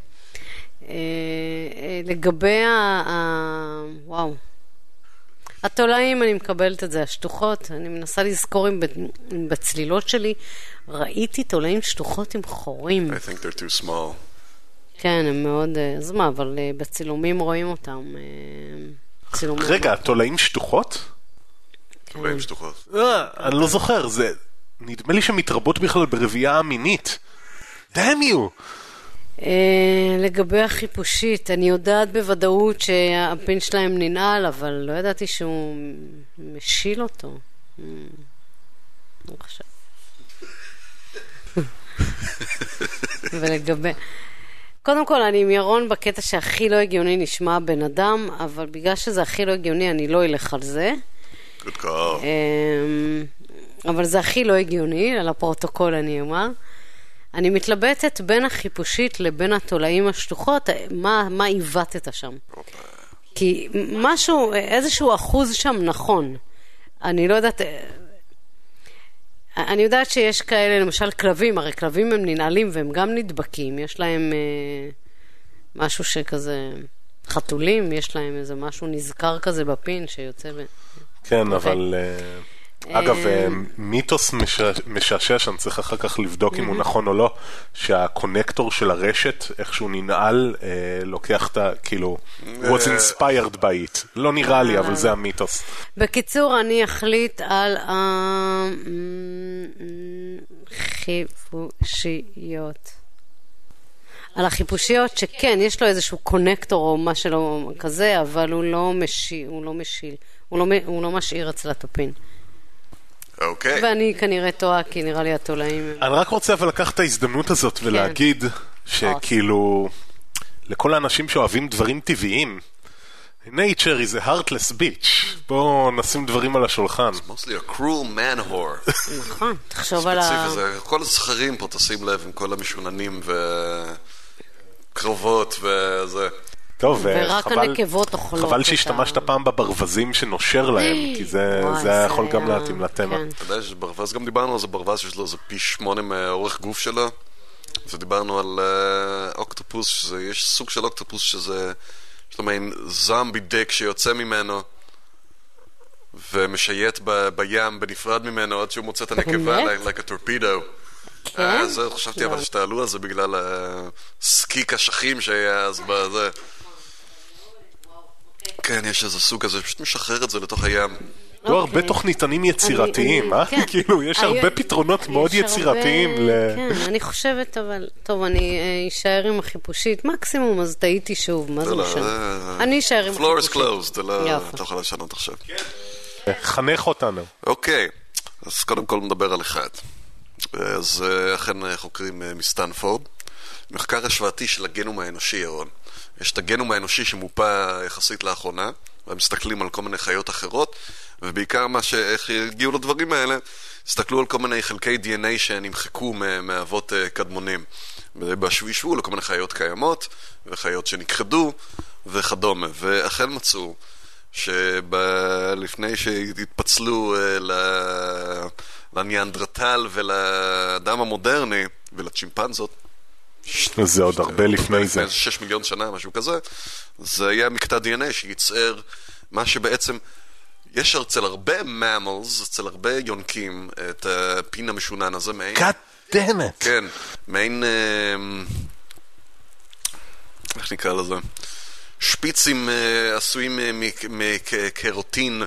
לגבי וואו. התולעים, אני מקבלת את זה, השטוחות, אני מנסה לזכור אם בצלילות שלי ראיתי תולעים שטוחות עם חורים. I think they're too small. כן, הם מאוד, אז מה, אבל בצילומים רואים אותם. רגע, תולעים שטוחות? תולעים שטוחות. אני לא זוכר, זה נדמה לי שמתרבות בכלל ברבייה המינית. damn you! לגבי החיפושית, אני יודעת בוודאות שהפין שלהם ננעל, אבל לא ידעתי שהוא משיל אותו. לא חושב. ולגבי... קודם כל, אני עם ירון בקטע שהכי לא הגיוני נשמע בן אדם, אבל בגלל שזה הכי לא הגיוני, אני לא אלך על זה. Good call. אבל זה הכי לא הגיוני, על הפרוטוקול אני אומר. אני מתלבטת בין החיפושית לבין התולעים השטוחות, מה עיוותת שם. כי משהו, איזשהו אחוז שם נכון. אני לא יודעת... אני יודעת שיש כאלה, למשל כלבים, הרי כלבים הם ננעלים והם גם נדבקים, יש להם משהו שכזה, חתולים, יש להם איזה משהו נזכר כזה בפין שיוצא כן, אבל... אגב, מיתוס משעשע שאני צריך אחר כך לבדוק אם הוא נכון או לא, שהקונקטור של הרשת, איך שהוא ננעל, לוקח את ה... כאילו, was inspired by it. לא נראה לי, אבל זה המיתוס. בקיצור, אני אחליט על החיפושיות. על החיפושיות שכן, יש לו איזשהו קונקטור או מה שלא כזה, אבל הוא לא משיל. הוא לא משאיר אצל הטופין. אוקיי. ואני כנראה טועה, כי נראה לי התולעים... אני רק רוצה אבל לקחת את ההזדמנות הזאת ולהגיד שכאילו, לכל האנשים שאוהבים דברים טבעיים, nature is a heartless bitch. בואו נשים דברים על השולחן. It's mostly a cruel man whore. נכון, תחשוב על כל הזכרים פה, תשים לב, עם כל המשוננים וקרובות וזה. טוב, ורק הנקבות אוכלות. חבל שהשתמשת פעם בברווזים שנושר להם, כי זה היה יכול גם להתאים לתמה. אתה יודע שברווז, גם דיברנו על זה, ברווז שיש לו איזה פי 8 מאורך גוף שלו, ודיברנו על אוקטופוס, יש סוג של אוקטופוס שזה, יש לו מעין זומבי דק שיוצא ממנו, ומשייט בים בנפרד ממנו, עד שהוא מוצא את הנקבה, like a torpedo. זה חשבתי אבל שתעלו על זה בגלל הסקיק השכים שהיה אז בזה. כן, יש איזה סוג כזה, פשוט משחרר את זה לתוך הים. לא הרבה תוכניתנים יצירתיים, כאילו, יש הרבה פתרונות מאוד יצירתיים. כן, אני חושבת, אבל, טוב, אני אשאר עם החיפושית, מקסימום, אז טעיתי שוב, מה זה משנה? אני אשאר עם החיפושית. Floor is closed, אתה לא יכול לשנות עכשיו. חנך אותנו. אוקיי, אז קודם כל נדבר על אחד. אז אכן חוקרים מסטנפורד, מחקר השוואתי של הגנום האנושי, ירון. יש את הגנום האנושי שמופה יחסית לאחרונה, ומסתכלים על כל מיני חיות אחרות, ובעיקר איך הגיעו לדברים האלה, הסתכלו על כל מיני חלקי DNA שנמחקו מאבות קדמונים. ובשבישו לכל מיני חיות קיימות, וחיות שנכחדו, וכדומה. ואכן מצאו שלפני שהתפצלו לניאנדרטל ולאדם המודרני ולצ'ימפנזות, זה עוד הרבה לפני זה. 6 מיליון שנה, משהו כזה. זה היה מקטע DNA שיצר מה שבעצם יש אצל הרבה ממלס, אצל הרבה יונקים, את הפין המשונן הזה, מעין... God damn it! כן, מעין... איך נקרא לזה? שפיצים עשויים מקרוטין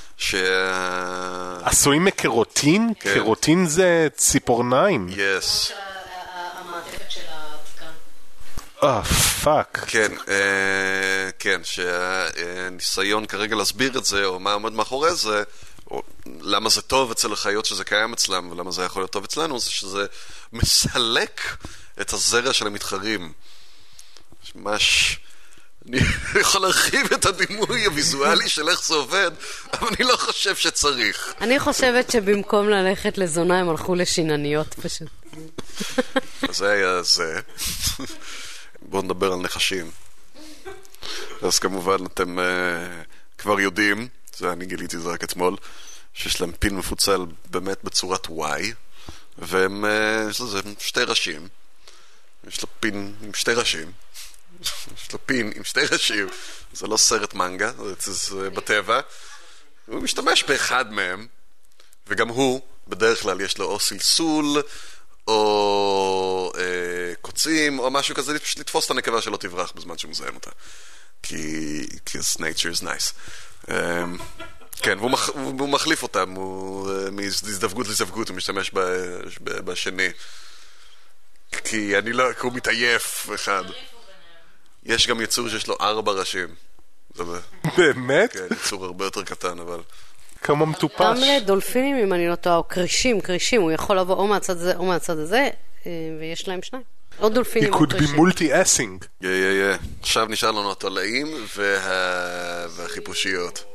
עשויים מקרוטין? קרוטין זה ציפורניים. Yes. המעטפת של הפקן. פאק. כן, כן, שהניסיון כרגע להסביר את זה, או מה עומד מאחורי זה, או למה זה טוב אצל החיות שזה קיים אצלם, ולמה זה יכול להיות טוב אצלנו, זה שזה מסלק את הזרע של המתחרים. ממש... אני יכול להרחיב את הדימוי הוויזואלי של איך זה עובד, אבל אני לא חושב שצריך. אני חושבת שבמקום ללכת לזונה הם הלכו לשינניות פשוט. זה היה זה. בואו נדבר על נחשים. אז כמובן אתם כבר יודעים, אני גיליתי זה רק אתמול, שיש להם פין מפוצל באמת בצורת Y, והם, יש לזה 2 ראשים. יש לו פין עם 2 ראשים. יש לו פין עם 2 ראשים. זה לא סרט מנגה, זה בטבע. הוא משתמש באחד מהם, וגם הוא, בדרך כלל יש לו או סלסול, או קוצים, או משהו כזה, פשוט לתפוס את הנקבה שלא תברח בזמן שהוא מזהם אותה. כי nature is nice. כן, והוא מחליף אותם, מהזדווגות לזווגות, הוא משתמש בשני. כי הוא מתעייף אחד. יש גם יצור שיש לו 4 ראשים. באמת? כן, יצור הרבה יותר קטן, אבל... כמה מטופש. גם לדולפינים, אם אני לא טועה, או קרישים, הוא יכול לבוא או מהצד הזה או מהצד הזה, ויש להם 2. או דולפינים או קרישים. He could be multi-assing. עכשיו נשאר לנו התולעים והחיפושיות.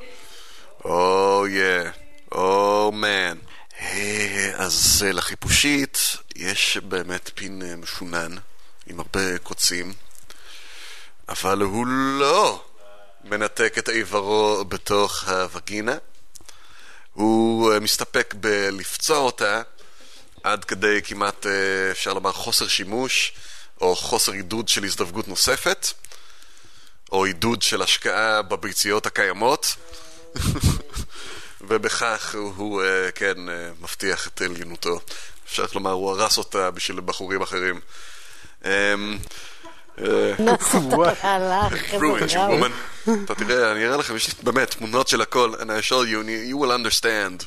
מן. אז לחיפושית יש באמת פין משונן, עם הרבה קוצים, אבל הוא לא מנתק את איברו בתוך הווגינה. הוא מסתפק בלפצוע אותה עד כדי כמעט, אפשר לומר, חוסר שימוש או חוסר עידוד של הזדווגות נוספת, או עידוד של השקעה בביציות הקיימות. ובכך הוא כן מבטיח את עליונותו. אפשר לומר, הוא הרס אותה בשביל בחורים אחרים. Ruined you woman. אתה תראה, אני אראה לכם, יש לי באמת תמונות של הכל, and I show you, you will understand.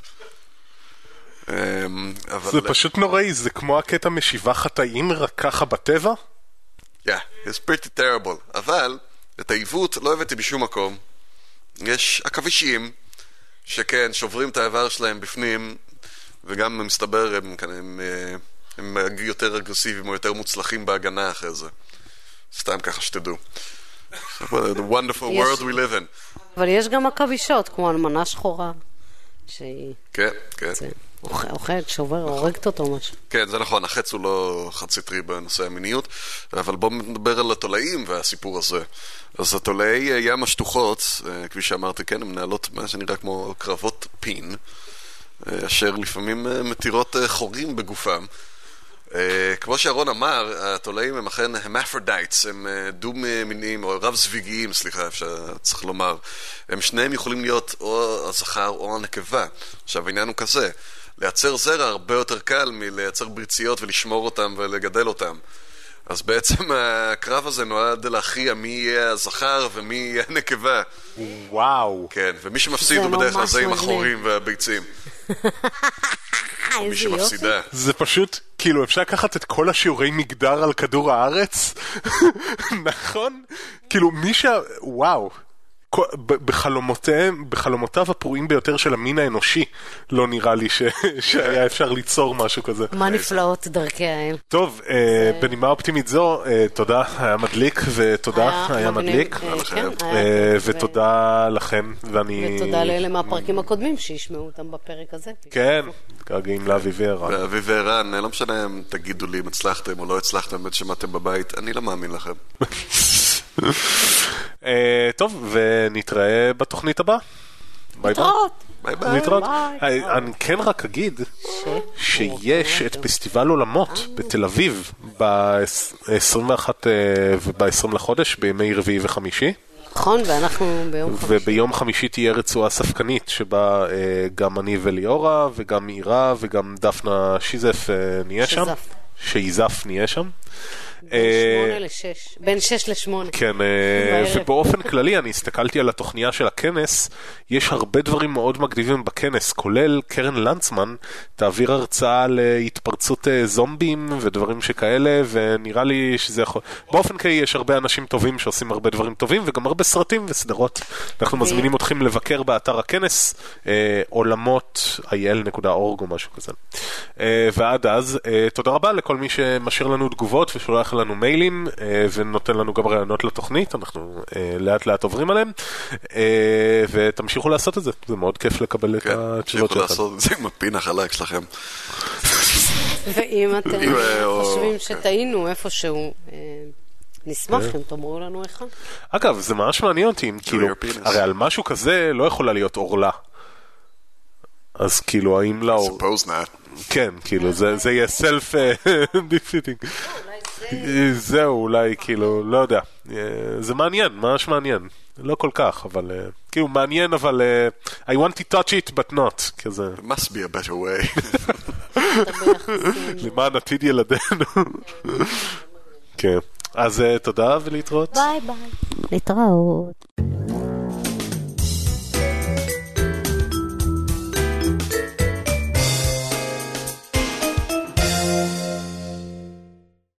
זה פשוט נוראי, זה כמו הקטע משיבה חטאים רק ככה בטבע? Yeah, it's pretty terrible. אבל את העיוות לא הבאתי בשום מקום. יש עכבישים שכן, שוברים את האיבר שלהם בפנים, וגם מסתבר הם יותר אגרסיביים או יותר מוצלחים בהגנה אחרי זה. סתם ככה שתדעו. The wonderful world we live in. אבל יש גם עכבישות, כמו אלמנה שחורה, שהיא... כן, כן. אוכלת, שובר, הורגת אותו משהו. כן, זה נכון, החץ הוא לא חד סטרי בנושא המיניות, אבל בואו נדבר על התולעים והסיפור הזה. אז התולעי ים השטוחות, כפי שאמרתי, כן, הן מנהלות מה שנראה כמו קרבות פין, אשר לפעמים מתירות חורים בגופם. כמו שארון אמר, התולעים הם אכן המפרודייטס, הם דו-מיניים, או רב-זוויגיים, סליחה, צריך לומר. הם שניהם יכולים להיות או הזכר או הנקבה. עכשיו, העניין הוא כזה, לייצר זרע הרבה יותר קל מלייצר בריציות ולשמור אותם ולגדל אותם. אז בעצם הקרב הזה נועד להכריע מי יהיה הזכר ומי יהיה הנקבה. וואו. כן, ומי שמפסיד הוא בדרך כלל זה עם החורים והביצים. מי שמפסידה. זה פשוט, כאילו אפשר לקחת את כל השיעורי מגדר על כדור הארץ? נכון? כאילו וואו. בחלומותיו הפרועים ביותר של המין האנושי לא נראה לי שהיה אפשר ליצור משהו כזה. מה נפלאות דרכי האל. טוב, בנימה אופטימית זו, תודה, היה מדליק, ותודה, היה מדליק, ותודה לכם, ותודה לאלה מהפרקים הקודמים שישמעו אותם בפרק הזה. כן, כרגעים לאבי וערן. לאבי וערן, לא משנה אם תגידו לי אם הצלחתם או לא הצלחתם, באמת שמעתם בבית, אני לא מאמין לכם. טוב, ונתראה בתוכנית הבאה. ביי ביי. נתראות. אני כן רק אגיד שיש את פסטיבל עולמות בתל אביב ב-21 וב-20 לחודש בימי רביעי וחמישי. נכון, ואנחנו ביום חמישי. וביום חמישי תהיה רצועה ספקנית שבה גם אני וליאורה וגם עירה וגם דפנה שיזף נהיה שם. שיזף נהיה שם. בין 6 ל-8. כן, ובאופן כללי אני הסתכלתי על התוכניה של הכנס, יש הרבה דברים מאוד מגניבים בכנס, כולל קרן לנצמן תעביר הרצאה להתפרצות זומבים ודברים שכאלה, ונראה לי שזה יכול... באופן כללי יש הרבה אנשים טובים שעושים הרבה דברים טובים, וגם הרבה סרטים וסדרות. אנחנו מזמינים אתכם לבקר באתר הכנס, עולמות.il.org או משהו כזה. ועד אז, תודה רבה לכל מי שמשאיר לנו תגובות ושולח לנו מיילים, ונותן לנו גם רעיונות לתוכנית, אנחנו לאט לאט עוברים עליהם, ותמשיכו לעשות את זה, זה מאוד כיף לקבל את התשובות שלכם. תמשיכו לעשות את זה עם הפין החלק שלכם. ואם אתם חושבים שטעינו איפשהו, נשמח אם תאמרו לנו אחד. אגב, זה ממש מעניין אותי, הרי על משהו כזה לא יכולה להיות אורלה. אז כאילו, האם לאור... Suppose not. כן, כאילו, זה יהיה self-defeating. זהו, אולי, כאילו, לא יודע. זה מעניין, ממש מעניין. לא כל כך, אבל... כאילו, מעניין, אבל... I want to touch it, but not. כזה. There must be a better way. למען עתיד ילדינו. כן. אז תודה ולהתראות. ביי ביי. להתראות.